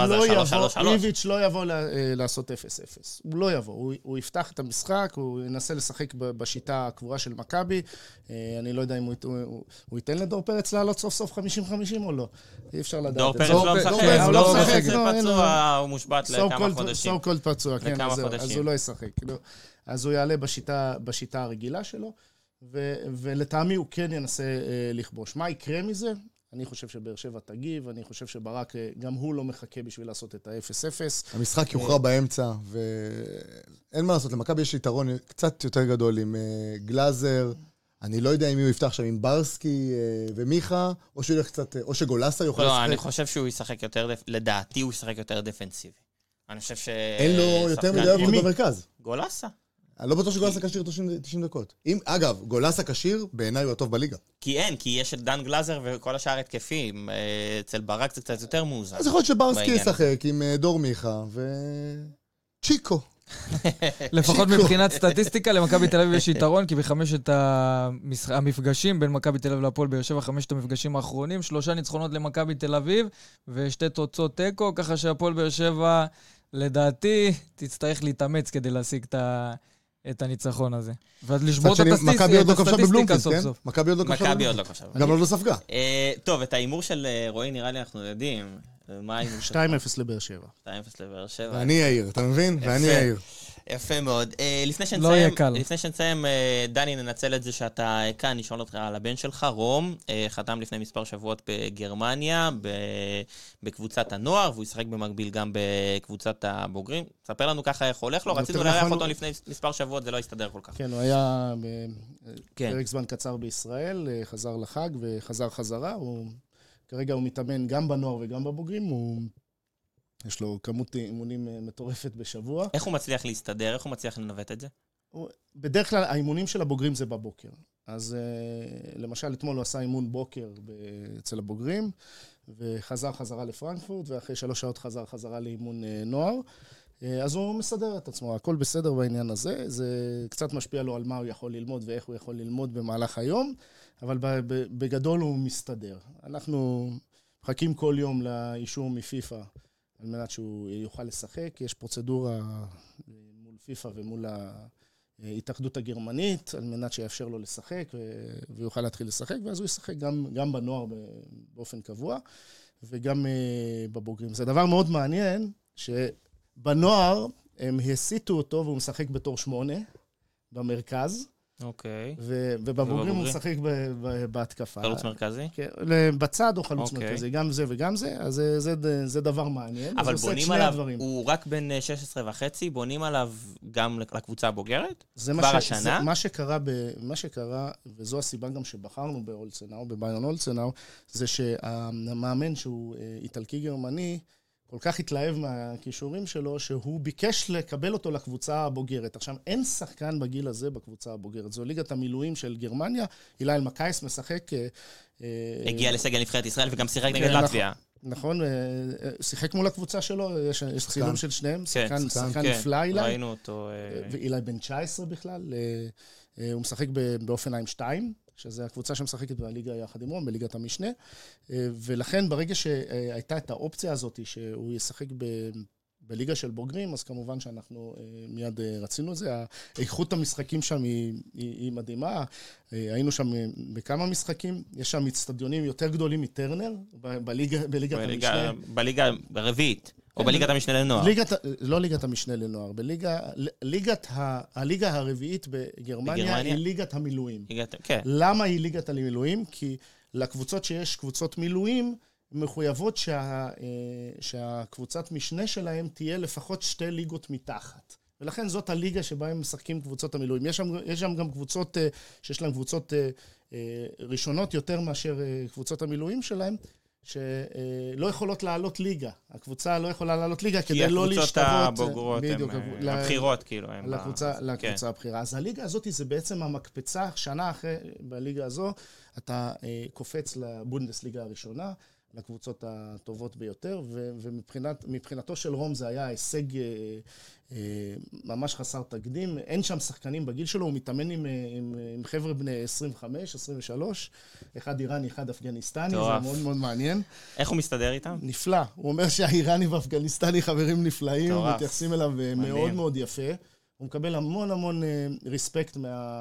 איביץ' לא יבוא לעשות 0-0. הוא לא יבוא. הוא יפתח את המשחק, הוא ינסה לשחק בשיטה הקבועה של מכבי. אני לא יודע אם הוא ייתן לדור פרץ לעלות סוף סוף 50-50 או לא. אי אפשר לדעת. דור פרץ לא משחק. הוא לא משחק, זה פצוע, הוא מושבת לכמה חודשים. סו קולד פצוע, כן, אז הוא לא ישחק. אז הוא יעלה בשיטה הרגילה שלו, ולטעמי הוא כן ינסה לכבוש. מה יקרה מזה? אני חושב שבאר שבע תגיב, אני חושב שברק גם הוא לא מחכה בשביל לעשות את ה-0-0. המשחק יוכרע באמצע, ואין מה לעשות, למכבי יש יתרון קצת יותר גדול עם גלאזר, אני לא יודע אם הוא יפתח שם עם ברסקי ומיכה, או שהוא ילך קצת, או שגולסה יוכל לשחק. לא, אני חושב שהוא ישחק יותר, לדעתי הוא ישחק יותר דפנסיבי. אני חושב ש... אין לו יותר מדי אופות במרכז. גולסה. אני לא בטוח שגולסה קשיר 90 דקות. אגב, גולסה קשיר, בעיניי הוא הטוב בליגה. כי יש את דן גלאזר וכל השאר התקפים. אצל ברק זה קצת יותר מאוזן. אז יכול להיות שברסקי ישחק עם דור מיכה וצ'יקו. לפחות מבחינת סטטיסטיקה, למכבי תל אביב יש יתרון, כי בחמשת המפגשים בין מכבי תל אביב להפועל באר שבע, 5 המפגשים האחרונים, 3 ניצחונות למכבי תל אביב, ו2 תוצאות תיקו, ככה שהפועל באר שבע, לדעתי, תצטרך להתאמץ כדי להשיג את הניצחון הזה. ולשבות את הסטטיסטיקה סוף סוף. מכבי עוד לא קשה בבלומפילד. גם עוד לא ספגה. טוב, את האימור של רועי נראה לי אנחנו יודעים. 2-0 לבאר שבע. 2-0 לבאר שבע. ואני יאיר, אתה מבין? ואני יאיר. יפה מאוד. לפני שנסיים, דני, ננצל את זה שאתה כאן, נשאול אותך על הבן שלך, רום, חתם לפני מספר שבועות בגרמניה, בקבוצת הנוער, והוא ישחק במקביל גם בקבוצת הבוגרים. ספר לנו ככה איך הולך לו, רצינו לארח אותו לפני מספר שבועות, זה לא הסתדר כל כך. כן, הוא היה בפרק זמן קצר בישראל, חזר לחג וחזר חזרה, כרגע הוא מתאמן גם בנוער וגם בבוגרים, יש לו כמות אימונים מטורפת בשבוע. איך הוא מצליח להסתדר? איך הוא מצליח לנווט את זה? בדרך כלל, האימונים של הבוגרים זה בבוקר. אז למשל, אתמול הוא עשה אימון בוקר אצל הבוגרים, וחזר חזרה לפרנקפורט, ואחרי 3 שעות חזרה לאימון נוער. אז הוא מסדר את עצמו, הכל בסדר בעניין הזה. זה קצת משפיע לו על מה הוא יכול ללמוד ואיך הוא יכול ללמוד במהלך היום, אבל בגדול הוא מסתדר. אנחנו מחכים כל יום לאישור מפיפה, על מנת שהוא יוכל לשחק. יש פרוצדורה מול פיפה ומול ההתאחדות הגרמנית, על מנת שיאפשר לו לשחק ויוכל להתחיל לשחק, ואז הוא ישחק גם בנוער באופן קבוע, וגם בבוגרים. זה דבר מאוד מעניין, שבנוער הם הסיטו אותו והוא משחק בתור 8 במרכז, אוקיי. ובבוגרים הוא משחק בהתקפה. חלוץ מרכזי? כן, בצד או חלוץ מרכזי, גם זה וגם זה, אז זה דבר מעניין. אבל בונים עליו, הוא רק בן 16.5, בונים עליו גם לקבוצה הבוגרת? כבר השנה? מה שקרה, וזו הסיבה גם שבחרנו באולצנאו, בביירן אולצנאו, זה שהמאמן שהוא איטלקי גרמני, כל כך התלהב מהכישורים שלו, שהוא ביקש לקבל אותו לקבוצה הבוגרת. עכשיו, אין שחקן בגיל הזה בקבוצה הבוגרת. זו ליגת המילואים של גרמניה. אילי אלמקייס משחק... הגיע לסגל נבחרת ישראל וגם שיחק נגד לטביה. נכון, שיחק מול הקבוצה שלו, יש צילום של שניהם, שחקן נפלא אילי. ראינו אותו. ואילי בן 19 בכלל, הוא משחק באופנהיים 2, שזה הקבוצה שמשחקת בליגה יחד עם רום, בליגת המשנה, ולכן ברגע שהייתה את האופציה הזאת, שהוא ישחק בליגה של בוגרים, אז כמובן שאנחנו מיד רצינו את זה. איכות המשחקים שם היא מדהימה. היינו שם בכמה משחקים. יש שם אצטדיונים יותר גדולים מטרנר, בליגת המשנה. בליגה הרביעית, או בליגת המשנה לנוער. לא ליגת המשנה לנוער. הליגה הרביעית בגרמניה היא ליגת המילואים. למה היא ליגת המילואים? כי לקבוצות שיש קבוצות מילואים, מחויבות שהקבוצת משנה שלהם תהיה לפחות 2 ליגות מתחת. ולכן זאת הליגה שבה הם משחקים קבוצות המילואים. יש שם גם קבוצות שיש להם קבוצות ראשונות יותר מאשר קבוצות המילואים שלהם, שלא יכולות לעלות ליגה. הקבוצה לא יכולה לעלות ליגה כדי לא להשתוות... כי הקבוצות הבוגרות הן הבחירות, כאילו. לקבוצה הבחירה. אז הליגה הזאת זה בעצם המקפצה, שנה אחרי בליגה הזו, אתה קופץ לבונדסליגה הראשונה, לקבוצות הטובות ביותר, ומבחינתו של רום זה היה הישג ממש חסר תקדים. אין שם שחקנים בגיל שלו, הוא מתאמן עם חבר'ה בני 25, 23, אחד איראני, אחד אפגניסטני, זה מאוד מאוד מעניין. איך הוא מסתדר איתם? נפלא. הוא אומר שהאיראני והאפגניסטני חברים נפלאים, מתייחסים אליו מאוד מאוד יפה. הוא מקבל המון ריספקט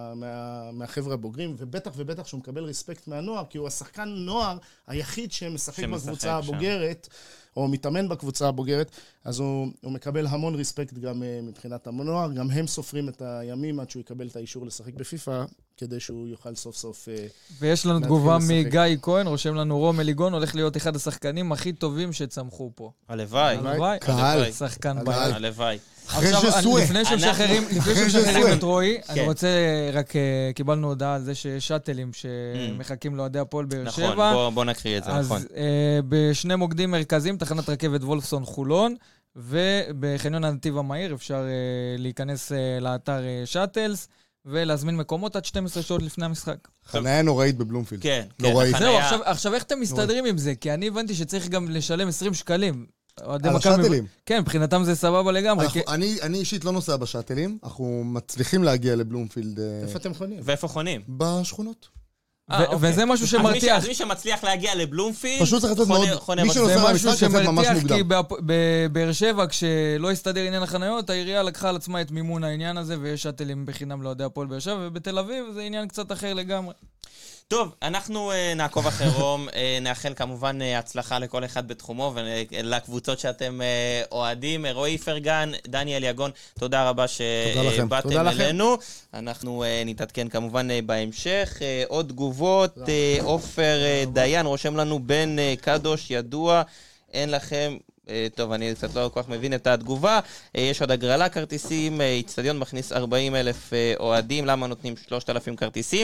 מהחבר'ה הבוגרים, ובטח ובטח שהוא מקבל ריספקט מהנוער, כי הוא השחקן נוער היחיד שמשחק בקבוצה הבוגרת, או מתאמן בקבוצה הבוגרת, אז הוא מקבל המון ריספקט גם מבחינת הנוער, גם הם סופרים את הימים עד שהוא יקבל את האישור לשחק בפיפה, כדי שהוא יוכל סוף סוף... ויש לנו תגובה מגיא כהן, רושם לנו רום אליגון, הולך להיות אחד השחקנים הכי טובים שצמחו פה. הלוואי. קהל. שחקן בעל. הלוואי. עכשיו, לפני שמשחררים את רועי, אני רוצה, רק קיבלנו הודעה על זה ששאטלים שמחכים לאוהדי הפועל באר שבע. נכון, בוא נקריא את זה, נכון. אז בשני מוקדים מרכזיים, תחנת רכבת וולפסון חולון, ובחניון הנתיב המהיר אפשר להיכנס לאתר שאטלס, ולהזמין מקומות עד 12 שעות לפני המשחק. חניה נוראית בבלומפילד. כן. זהו, עכשיו איך אתם מסתדרים עם זה? כי אני הבנתי שצריך גם לשלם 20 שקלים. על השאטלים. כן, מבחינתם זה סבבה לגמרי. אני אישית לא נוסע בשאטלים, אנחנו מצליחים להגיע לבלומפילד. איפה אתם חונים? ואיפה חונים? בשכונות. וזה משהו שמרתיח. אז מי שמצליח להגיע לבלומפילד, פשוט צריך לתת מאוד, מי שנוסע למשחק צריך לתת ממש מוקדם. כי בבאר שבע, כשלא הסתדר עניין החניות, העירייה לקחה על עצמה את מימון העניין הזה, ויש שאטלים בחינם לאוהדי הפועל באר שבע, ובתל אביב זה עניין קצת אחר לגמרי. טוב, אנחנו נעקוב אחרי רום, נאחל כמובן הצלחה לכל אחד בתחומו ולקבוצות שאתם אוהדים. רועי פרגן, דניאל יגון, תודה רבה שבאתם אלינו. אנחנו נתעדכן כמובן בהמשך. עוד תגובות, עופר דיין רושם לנו בן קדוש ידוע, אין לכם... טוב, אני קצת לא כל כך מבין את התגובה. יש עוד הגרלה כרטיסים, אצטדיון מכניס 40,000 אוהדים, למה נותנים 3,000 כרטיסים?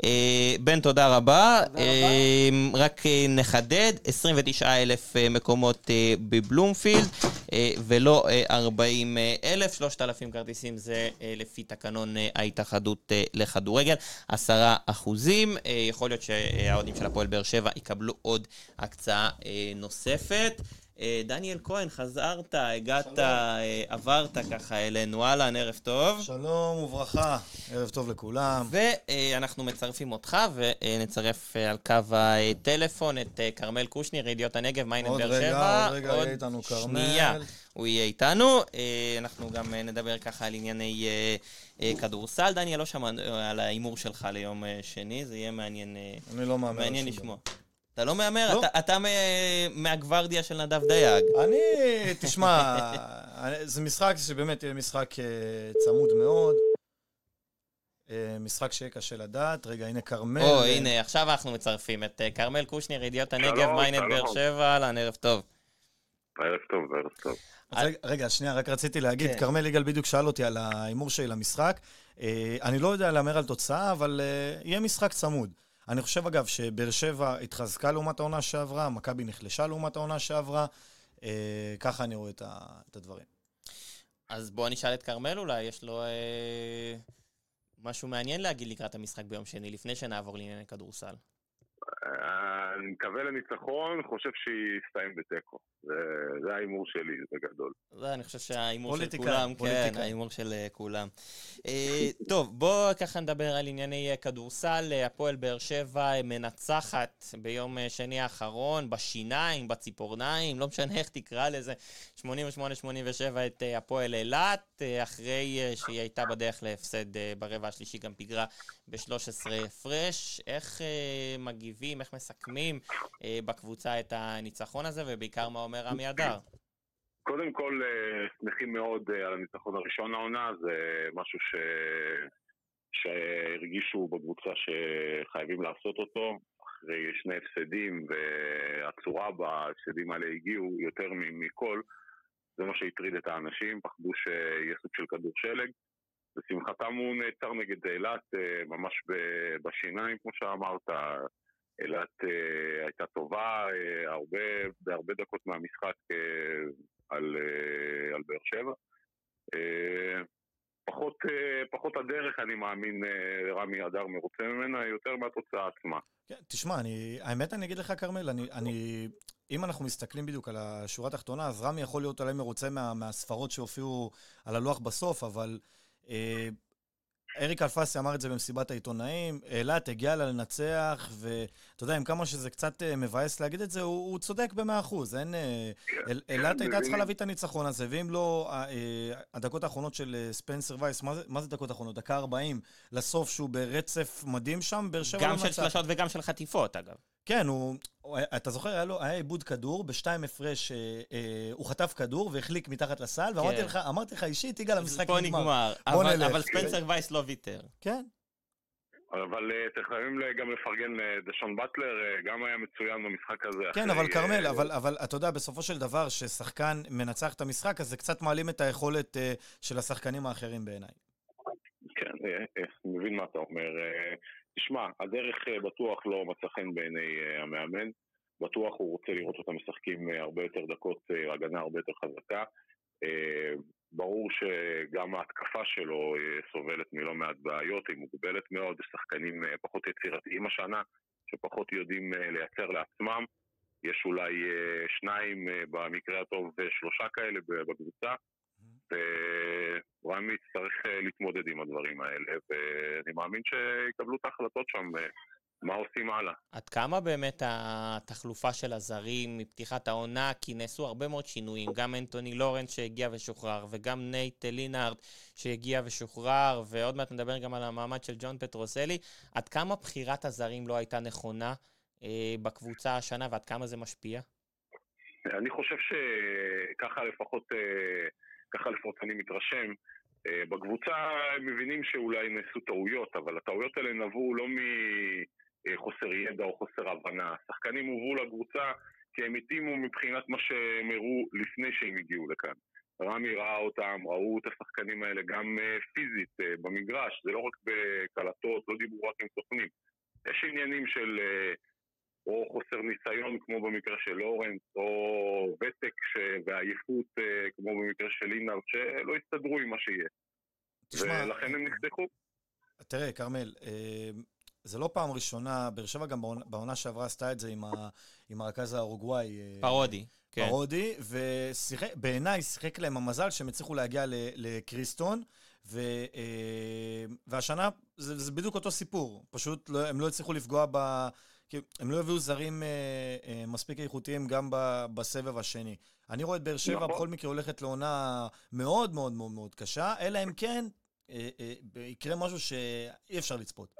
בן, תודה רבה. רק נחדד, 29,000 מקומות בבלומפילד, ולא 40,000, 3,000 כרטיסים זה לפי תקנון ההתאחדות לכדורגל, 10%. יכול להיות שהאוהדים של הפועל באר שבע יקבלו עוד הקצאה נוספת. דניאל כהן, חזרת, הגעת, עברת ככה אלינו, אהלן, ערב טוב. שלום וברכה, ערב טוב לכולם. ואנחנו מצרפים אותך ונצרף על קו הטלפון את כרמל קושניר, ידיעות הנגב, מיינט באר שבע. עוד רגע יהיה איתנו כרמל. שנייה, הוא יהיה איתנו. אנחנו גם נדבר ככה על ענייני כדורסל. דניאל, לא שמענו על האימור שלך ליום שני, זה יהיה מעניין. אני לא מאמר. מעניין לשמוע. אתה לא מאמר? אתה מהגוורדיה של נדב דייג. תשמע, זה משחק שבאמת יהיה משחק צמוד מאוד. משחק שיהיה קשה לדעת. רגע, הנה כרמל. הנה, עכשיו אנחנו מצרפים את כרמל קושניר, ידיעות הנגב, מיינט באר שבע, ערב טוב. ערב טוב, ערב טוב. רגע, שנייה, רק רציתי להגיד, כרמל יגאל בדיוק שאל אותי על האימור שלי למשחק. אני לא יודע לאמר על תוצאה, אבל יהיה משחק צמוד. אני חושב אגב שבאר שבע התחזקה לעומת העונה שעברה, מכבי נחלשה לעומת העונה שעברה, ככה אני רואה את הדברים. אז בואו נשאל את קרמל אולי, יש לו משהו מעניין להגיד לקראת המשחק ביום שני, לפני שנעבור לענייני כדורסל. אני מקווה לניצחון, חושב שיסתיים בתיקו. זה האימור שלי, זה גדול. זה אני חושב שהאימור של כולם, כן, האימור של כולם. טוב, בואו ככה נדבר על ענייני כדורסל. הפועל באר שבע מנצחת ביום שני האחרון, בשיניים, בציפורניים, לא משנה איך תקרא לזה, 88-87 את הפועל אילת, אחרי שהיא הייתה בדרך להפסד ברבע השלישי, גם פיגרה ב-13 הפרש. איך מגיבים, איך מסכמים בקבוצה את הניצחון הזה, ובעיקר מה אומר רמי אדר? קודם כל, שמחים מאוד על הניצחון הראשון העונה, זה משהו שהרגישו בקבוצה שחייבים לעשות אותו, אחרי שני הפסדים, והצורה בהפסדים האלה הגיעו יותר מכל, זה מה שהטריד את האנשים, פחדו שיהיה סוג של כדור שלג, ושמחתם הוא נעצר נגד אילת, ממש בשיניים, כמו שאמרת. אילת הייתה טובה בהרבה דקות מהמשחק על באר שבע. פחות הדרך, אני מאמין, רמי אדר מרוצה ממנה, יותר מהתוצאה עצמה. כן, תשמע, האמת אני אגיד לך, קרמל, אם אנחנו מסתכלים בדיוק על השורה התחתונה, אז רמי יכול להיות עליהם מרוצה מהספרות שהופיעו על הלוח בסוף, אבל אריק אלפסי אמר את זה במסיבת העיתונאים, אילת הגיע לה לנצח, ואתה יודע, עם כמה שזה קצת מבאס להגיד את זה, הוא צודק ב100%. אילת הייתה צריכה להביא את הניצחון הזה, ואם לא, הדקות האחרונות של ספנסר וייס, מה זה דקות האחרונות? דקה 40 לסוף שהוא ברצף מדהים שם, באר שבע גם של שלשות וגם של חטיפות, אגב. כן, אתה זוכר, היה עיבוד כדור, בשתיים הפרש, הוא חטף כדור והחליק מתחת לסל, ואמרתי לך אישית, יגאל, המשחק נגמר. אבל ספנסר וייס לא ויתר. כן. אבל חייבים גם לפרגן לדשון באטלר, גם היה מצוין במשחק הזה. כן, אבל קרמל, אבל אתה יודע, בסופו של דבר, ששחקן מנצח את המשחק, אז זה קצת מעלים את היכולת של השחקנים האחרים בעיניי. כן, מבין מה אתה אומר. תשמע, הדרך בטוח לא מצא חן בעיני המאמן, בטוח הוא רוצה לראות אותם משחקים הרבה יותר דקות, הגנה הרבה יותר חזקה. ברור שגם ההתקפה שלו סובלת מלא מעט בעיות, היא מוגבלת מאוד, שחקנים פחות יצירתיים השנה, שפחות יודעים לייצר לעצמם. יש אולי שניים, במקרה הטוב 3 כאלה בקבוצה, ורמי צריך להתמודד עם הדברים האלה, ואני מאמין שיקבלו את ההחלטות שם, מה עושים הלאה. עד כמה באמת התחלופה של הזרים מפתיחת העונה, כי נעשו הרבה מאוד שינויים, גם אנטוני לורנס שהגיע ושוחרר, וגם נייט לינארד שהגיע ושוחרר, ועוד מעט נדבר גם על המעמד של ג'ון פטרוסלי, עד כמה בחירת הזרים לא הייתה נכונה בקבוצה השנה, ועד כמה זה משפיע? אני חושב שככה לפחות אני מתרשם, בקבוצה הם מבינים שאולי נעשו טעויות, אבל הטעויות האלה נבעו לא מחוסר ידע או חוסר הבנה. השחקנים הובאו לקבוצה כי הם התאימו מבחינת מה שהם הראו לפני שהם הגיעו לכאן. רמי ראה אותם, ראו את השחקנים האלה גם פיזית במגרש, זה לא רק בקלטות, לא דיברו רק עם סוכנים. יש עניינים של או חוסר ניסיון כמו במקרה של לורנס, או ותק והעייפות כמו במקרה של לינארד, שלא הסתדרו עם מה שיהיה. ולכן הם נחתכו. תראה, קרמל, זה לא פעם ראשונה, באר שבע גם בעונה שעברה עשתה את זה עם הרכז האורוגוואי. פרודי. פרודי, ובעיניי שיחק להם המזל שהם הצליחו להגיע לקריסטון, והשנה זה בדיוק אותו סיפור. פשוט הם לא הצליחו לפגוע הם לא הביאו זרים מספיק איכותיים גם בסבב השני. אני רואה את באר שבע בכל מקרה הולכת לעונה מאוד מאוד מאוד מאוד קשה, אלא אם כן יקרה משהו שאי אפשר לצפות.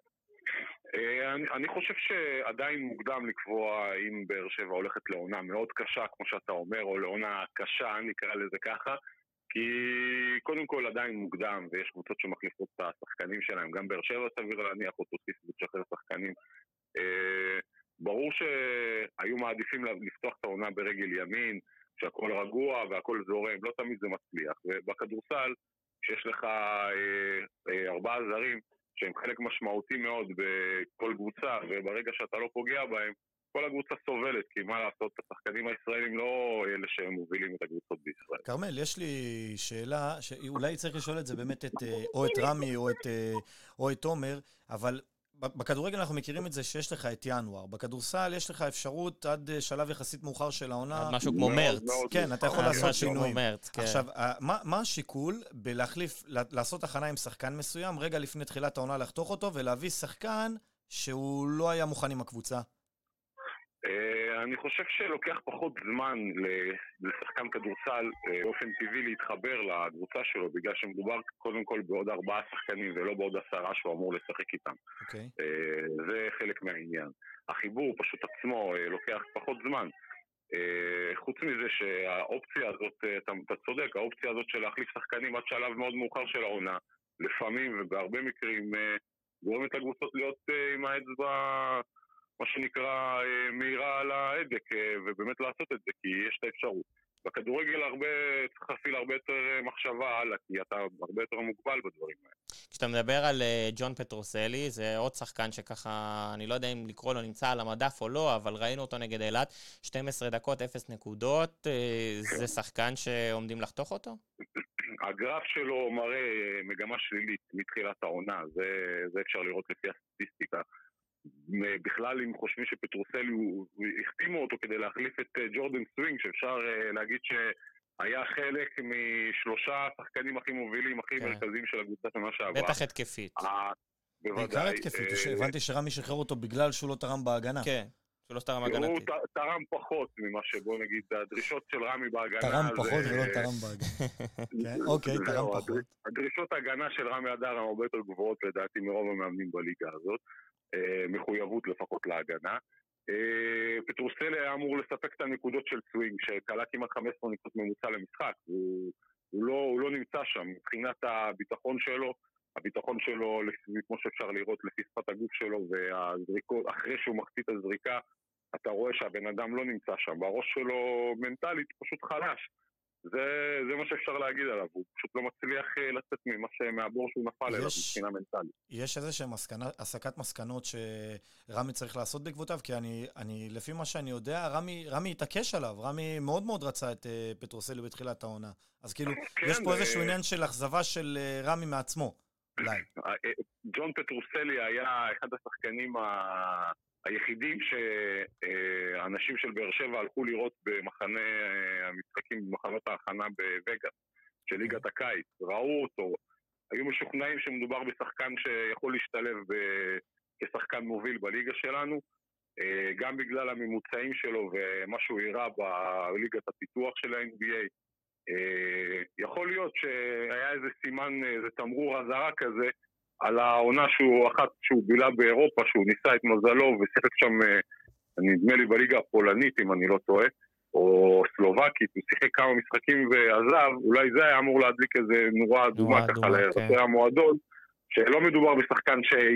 אני חושב שעדיין מוקדם לקבוע אם באר שבע הולכת לעונה מאוד קשה, כמו שאתה אומר, או לעונה קשה, נקרא לזה ככה, כי קודם כל עדיין מוקדם, ויש קבוצות שמחליפות את השחקנים שלהם, גם באר שבע סביר להניח אותו ותשחרר שחקנים. ברור שהיו מעדיפים לפתוח את העונה ברגל ימין, שהכל רגוע והכל זורם, לא תמיד זה מצליח. ובכדורסל, כשיש לך 4 זרים, שהם חלק משמעותי מאוד בכל קבוצה, וברגע שאתה לא פוגע בהם, כל הקבוצה סובלת, כי מה לעשות, השחקנים הישראלים לא אלה שהם מובילים את הקבוצות בישראל. קרמל, יש לי שאלה, שאולי צריך לשאול את זה באמת או את רמי או את תומר, אבל בכדורגל אנחנו מכירים את זה שיש לך את ינואר. בכדורסל יש לך אפשרות עד שלב יחסית מאוחר של העונה. משהו כמו מרץ. כן, אתה יכול לעשות שינויים. כן. עכשיו, מה השיקול בלהחליף, לעשות הכנה עם שחקן מסוים, רגע לפני תחילת העונה לחתוך אותו, ולהביא שחקן שהוא לא היה מוכן עם הקבוצה? אני חושב שלוקח פחות זמן לשחקן כדורסל באופן טבעי להתחבר לקבוצה שלו, בגלל שמדובר קודם כל בעוד 4 שחקנים ולא בעוד 10 שהוא אמור לשחק איתם. זה חלק מהעניין. החיבור פשוט עצמו לוקח פחות זמן. חוץ מזה שהאופציה הזאת, אתה צודק, האופציה הזאת של להחליף שחקנים עד שלב מאוד מאוחר של העונה, לפעמים ובהרבה מקרים גורמת לקבוצות להיות עם האצבע, מה שנקרא, מהירה על ההדק, ובאמת לעשות את זה, כי יש את האפשרות. בכדורגל צריך להפעיל הרבה יותר מחשבה הלאה, כי אתה הרבה יותר מוגבל בדברים האלה. כשאתה מדבר על ג'ון פטרוסלי, זה עוד שחקן שככה, אני לא יודע אם לקרוא לו נמצא על המדף או לא, אבל ראינו אותו נגד אילת, 12 דקות, 0 נקודות, זה שחקן שעומדים לחתוך אותו? הגרף שלו מראה מגמה שלילית מתחילת העונה, זה אפשר לראות לפי הסטטיסטיקה. בכלל אם חושבים שפטרוסלי החתימו אותו כדי להחליף את ג'ורדן סווינג, שאפשר להגיד שהיה חלק משלושה השחקנים הכי מובילים, הכי מרכזיים של הקבוצה שנה שעברה. בטח התקפית. בעיקר התקפית, הבנתי שרמי שחרר אותו בגלל שהוא לא תרם בהגנה. כן, שהוא לא תרם הגנתי. הוא תרם פחות ממה שבוא נגיד, הדרישות של רמי בהגנה. תרם פחות ולא תרם בהגנה. אוקיי, תרם פחות. הדרישות ההגנה של רמי אדר הן הרבה יותר גבוהות לדעתי מרוב המאמנים בליגה הזאת. מחויבות לפחות להגנה. פטרוסלי היה אמור לספק את הנקודות של סווינג, שקלה כמעט 15 נקודות ממוצע למשחק. הוא לא נמצא שם. מבחינת הביטחון שלו, כמו שאפשר לראות לפי שפת הגוף שלו, והזריקות, אחרי שהוא מחצית הזריקה, אתה רואה שהבן אדם לא נמצא שם. והראש שלו מנטלית פשוט חלש. זה מה שאפשר להגיד עליו, הוא פשוט לא מצליח לצאת מהבור שהוא נפל אליו מבחינה מנטלית. יש איזושהי הסקת מסקנות שרמי צריך לעשות בעקבותיו, כי אני לפי מה שאני יודע, רמי התעקש עליו, רמי מאוד מאוד רצה את פטרוסלי בתחילת העונה. אז כאילו, יש פה איזשהו עניין של אכזבה של רמי מעצמו, אולי. ג'ון פטרוסלי היה אחד השחקנים היחידים שהאנשים של באר שבע הלכו לראות במחנה המשחקים, במחנות ההכנה בווגאס, של ליגת הקיץ, ראו אותו, היו משוכנעים שמדובר בשחקן שיכול להשתלב כשחקן מוביל בליגה שלנו, גם בגלל הממוצעים שלו ומה שהוא הראה בליגת הפיתוח של ה-NBA. יכול להיות שהיה איזה סימן, איזה תמרור אזהרה כזה, על העונה שהוא בילה באירופה, שהוא ניסה את מזלו ושיחק שם, נדמה לי בליגה הפולנית אם אני לא טועה, או סלובקית, הוא שיחק כמה משחקים ועזב, אולי זה היה אמור להדליק איזה נורה אדומה ככה לרצי המועדון, שלא מדובר בשחקן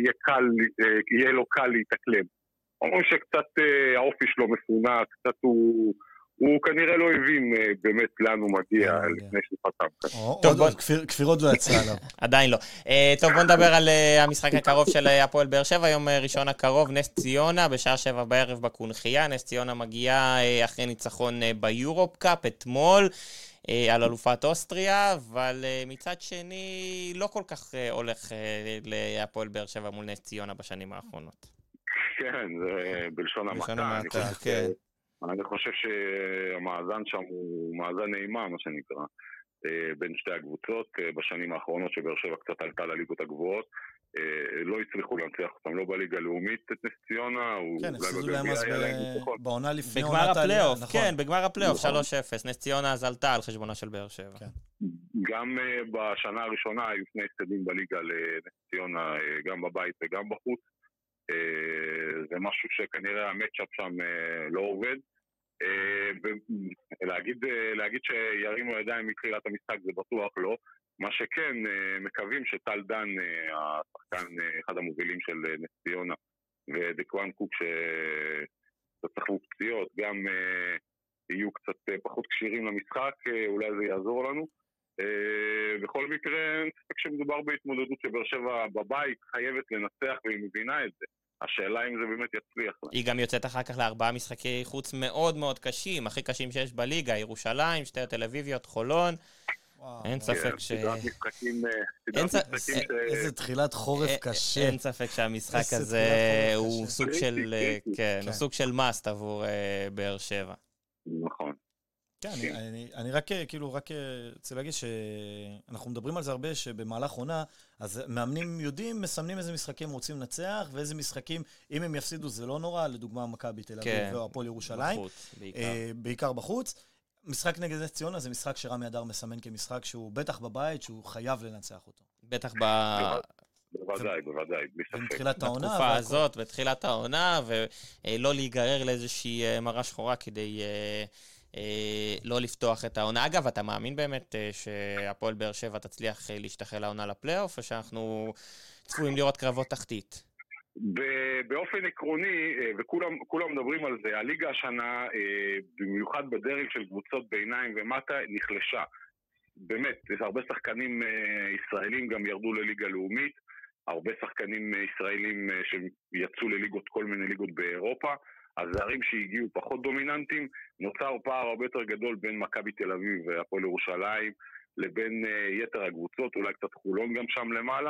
שיהיה לו קל להתאקלם. אומרים שקצת האופי שלו מפונה, קצת הוא כנראה לא הבין באמת לאן הוא מגיע לפני שפתם. כפירות לא יצא עליו. עדיין לא. טוב, בוא נדבר על המשחק הקרוב של הפועל באר שבע, יום ראשון הקרוב, נס ציונה, בשעה 7 בערב בקונחייה. נס ציונה מגיעה אחרי ניצחון ביורופ קאפ אתמול על אלופת אוסטריה, אבל מצד שני לא כל כך הולך להפועל באר שבע מול נס ציונה בשנים האחרונות. כן, זה בלשון המעטה. כן. אני חושב שהמאזן שם הוא מאזן נעימה, מה שנקרא, בין שתי הקבוצות. בשנים האחרונות שבאר שבע קצת עלתה לליגות הגבוהות, לא הצליחו להנצח אותם, לא בליגה הלאומית את נס ציונה, כן, הפסידו להם אז בעונה לפני בגמר הפלייאוף, כן, בגמר הפלייאוף, 3-0, נס ציונה אז עלתה על חשבונה של באר שבע. גם בשנה הראשונה היו שני הפסדים בליגה לנס ציונה, גם בבית וגם בחוץ. זה משהו שכנראה המאצ'אפ שם לא עובד. להגיד שירימו ידיים מתחילת המשחק זה בטוח לא. מה שכן, מקווים שטל דן, השחקן אחד המובילים של נס ציונה, ודקואן קוק שצריכו פציעות, גם יהיו קצת פחות קשירים למשחק, אולי זה יעזור לנו. בכל מקרה, אני חושב שמדובר בהתמודדות שבאר שבע בבית חייבת לנצח והיא מבינה את זה. השאלה אם זה באמת יצליח. היא גם יוצאת אחר כך ל4 משחקי חוץ מאוד מאוד קשים, הכי קשים שיש בליגה, ירושלים, שתי תל אביביות, חולון. אין ספק איזה תחילת חורף קשה. אין ספק שהמשחק הזה הוא סוג של מאסט עבור באר שבע. נכון. כן, אני רק רוצה להגיד שאנחנו מדברים על זה הרבה, שבמהלך עונה, אז מאמנים יודעים, מסמנים איזה משחקים רוצים לנצח, ואיזה משחקים, אם הם יפסידו זה לא נורא, לדוגמה מכבי תל אביב והפועל ירושלים. בעיקר בחוץ. משחק נגד נס ציונה זה משחק שרמי אדר מסמן כמשחק שהוא בטח בבית, שהוא חייב לנצח אותו. בטח בוודאי, בתחילת העונה. בתקופה הזאת, בתחילת העונה, ולא להיגרר לאיזושהי מראה שחורה כדי לא לפתוח את העונה. אגב, אתה מאמין באמת שהפועל באר שבע תצליח להשתחל לעונה לפלייאוף, או שאנחנו צפויים לראות קרבות תחתית? באופן עקרוני, וכולם מדברים על זה, הליגה השנה, במיוחד בדרג של קבוצות ביניים ומטה, נחלשה. באמת, הרבה שחקנים ישראלים גם ירדו לליגה לאומית, הרבה שחקנים ישראלים שיצאו לליגות, כל מיני ליגות באירופה, הזרים שהגיעו פחות דומיננטיים, נוצר פער הרבה יותר גדול בין מכבי תל אביב והפועל ירושלים, לבין יתר הקבוצות, אולי קצת חולון גם שם למעלה,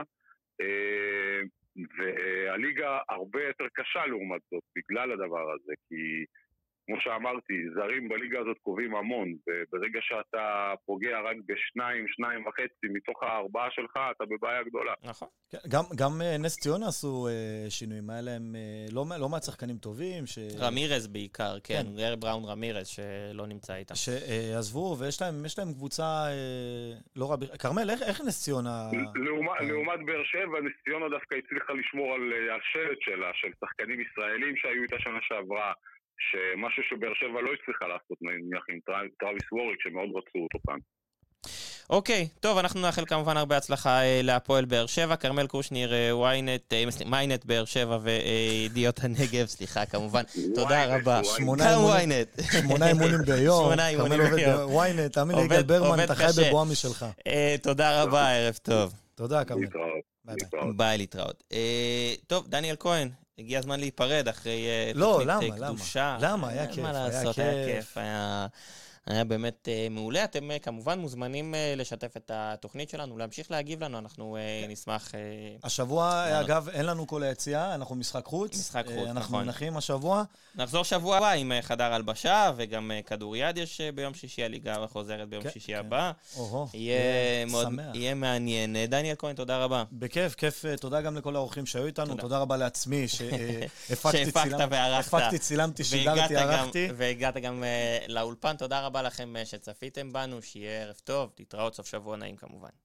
והליגה הרבה יותר קשה לעומת זאת, בגלל הדבר הזה, כי כמו שאמרתי, זרים בליגה הזאת קובעים המון, וברגע שאתה פוגע רק בשניים וחצי מתוך 4 שלך, אתה בבעיה גדולה. נכון. גם נס ציונה עשו שינויים, היה להם לא מעט שחקנים טובים. רמירז בעיקר, כן, גרי בראון רמירז שלא נמצא איתם. שעזבו, ויש להם קבוצה לא רע. כרמל, איך נס ציונה? לעומת באר שבע, נס ציונה דווקא הצליחה לשמור על השלט שלה, של שחקנים ישראלים שהיו איתה שנה שעברה, שמשהו שבאר שבע לא הצליחה לעשות, נניח עם טרוויס ווריק, שמאוד רצו אותו פעם. אוקיי, טוב, אנחנו נאחל כמובן הרבה הצלחה להפועל באר שבע, קרמל קושניר, מיינט באר שבע וידיעות הנגב, סליחה, כמובן, תודה רבה. 8 אימונים ביום, קרמל עובד בוויינט, תאמין לי, יגאל ברמן, אתה חי בבואה משלך. תודה רבה, ערב טוב. תודה, קרמל. ביי, להתראות. טוב, דניאל כהן, הגיע הזמן להיפרד אחרי תוכנית קדושה. למה? היה כיף. מה לעשות, היה כיף. היה באמת מעולה. אתם כמובן מוזמנים לשתף את התוכנית שלנו, להמשיך להגיב לנו, אנחנו נשמח. השבוע, אגב, אין לנו כל היציאה, אנחנו משחק חוץ. משחק חוץ, נכון. אנחנו מנחים השבוע. נחזור שבוע הבא עם חדר הלבשה, וגם כדוריד יש ביום שישי, הליגה חוזרת ביום שישי הבא. יהיה מעניין. דניאל כהן, תודה רבה. בכיף, כיף. תודה גם לכל האורחים שהיו איתנו. תודה רבה לעצמי, שהפקתי, צילמתי, שידרתי, ערכתי. והגעת גם לאולפן. תודה רבה לכם שצפיתם בנו, שיהיה ערב טוב, להתראות, סוף שבוע נעים כמובן.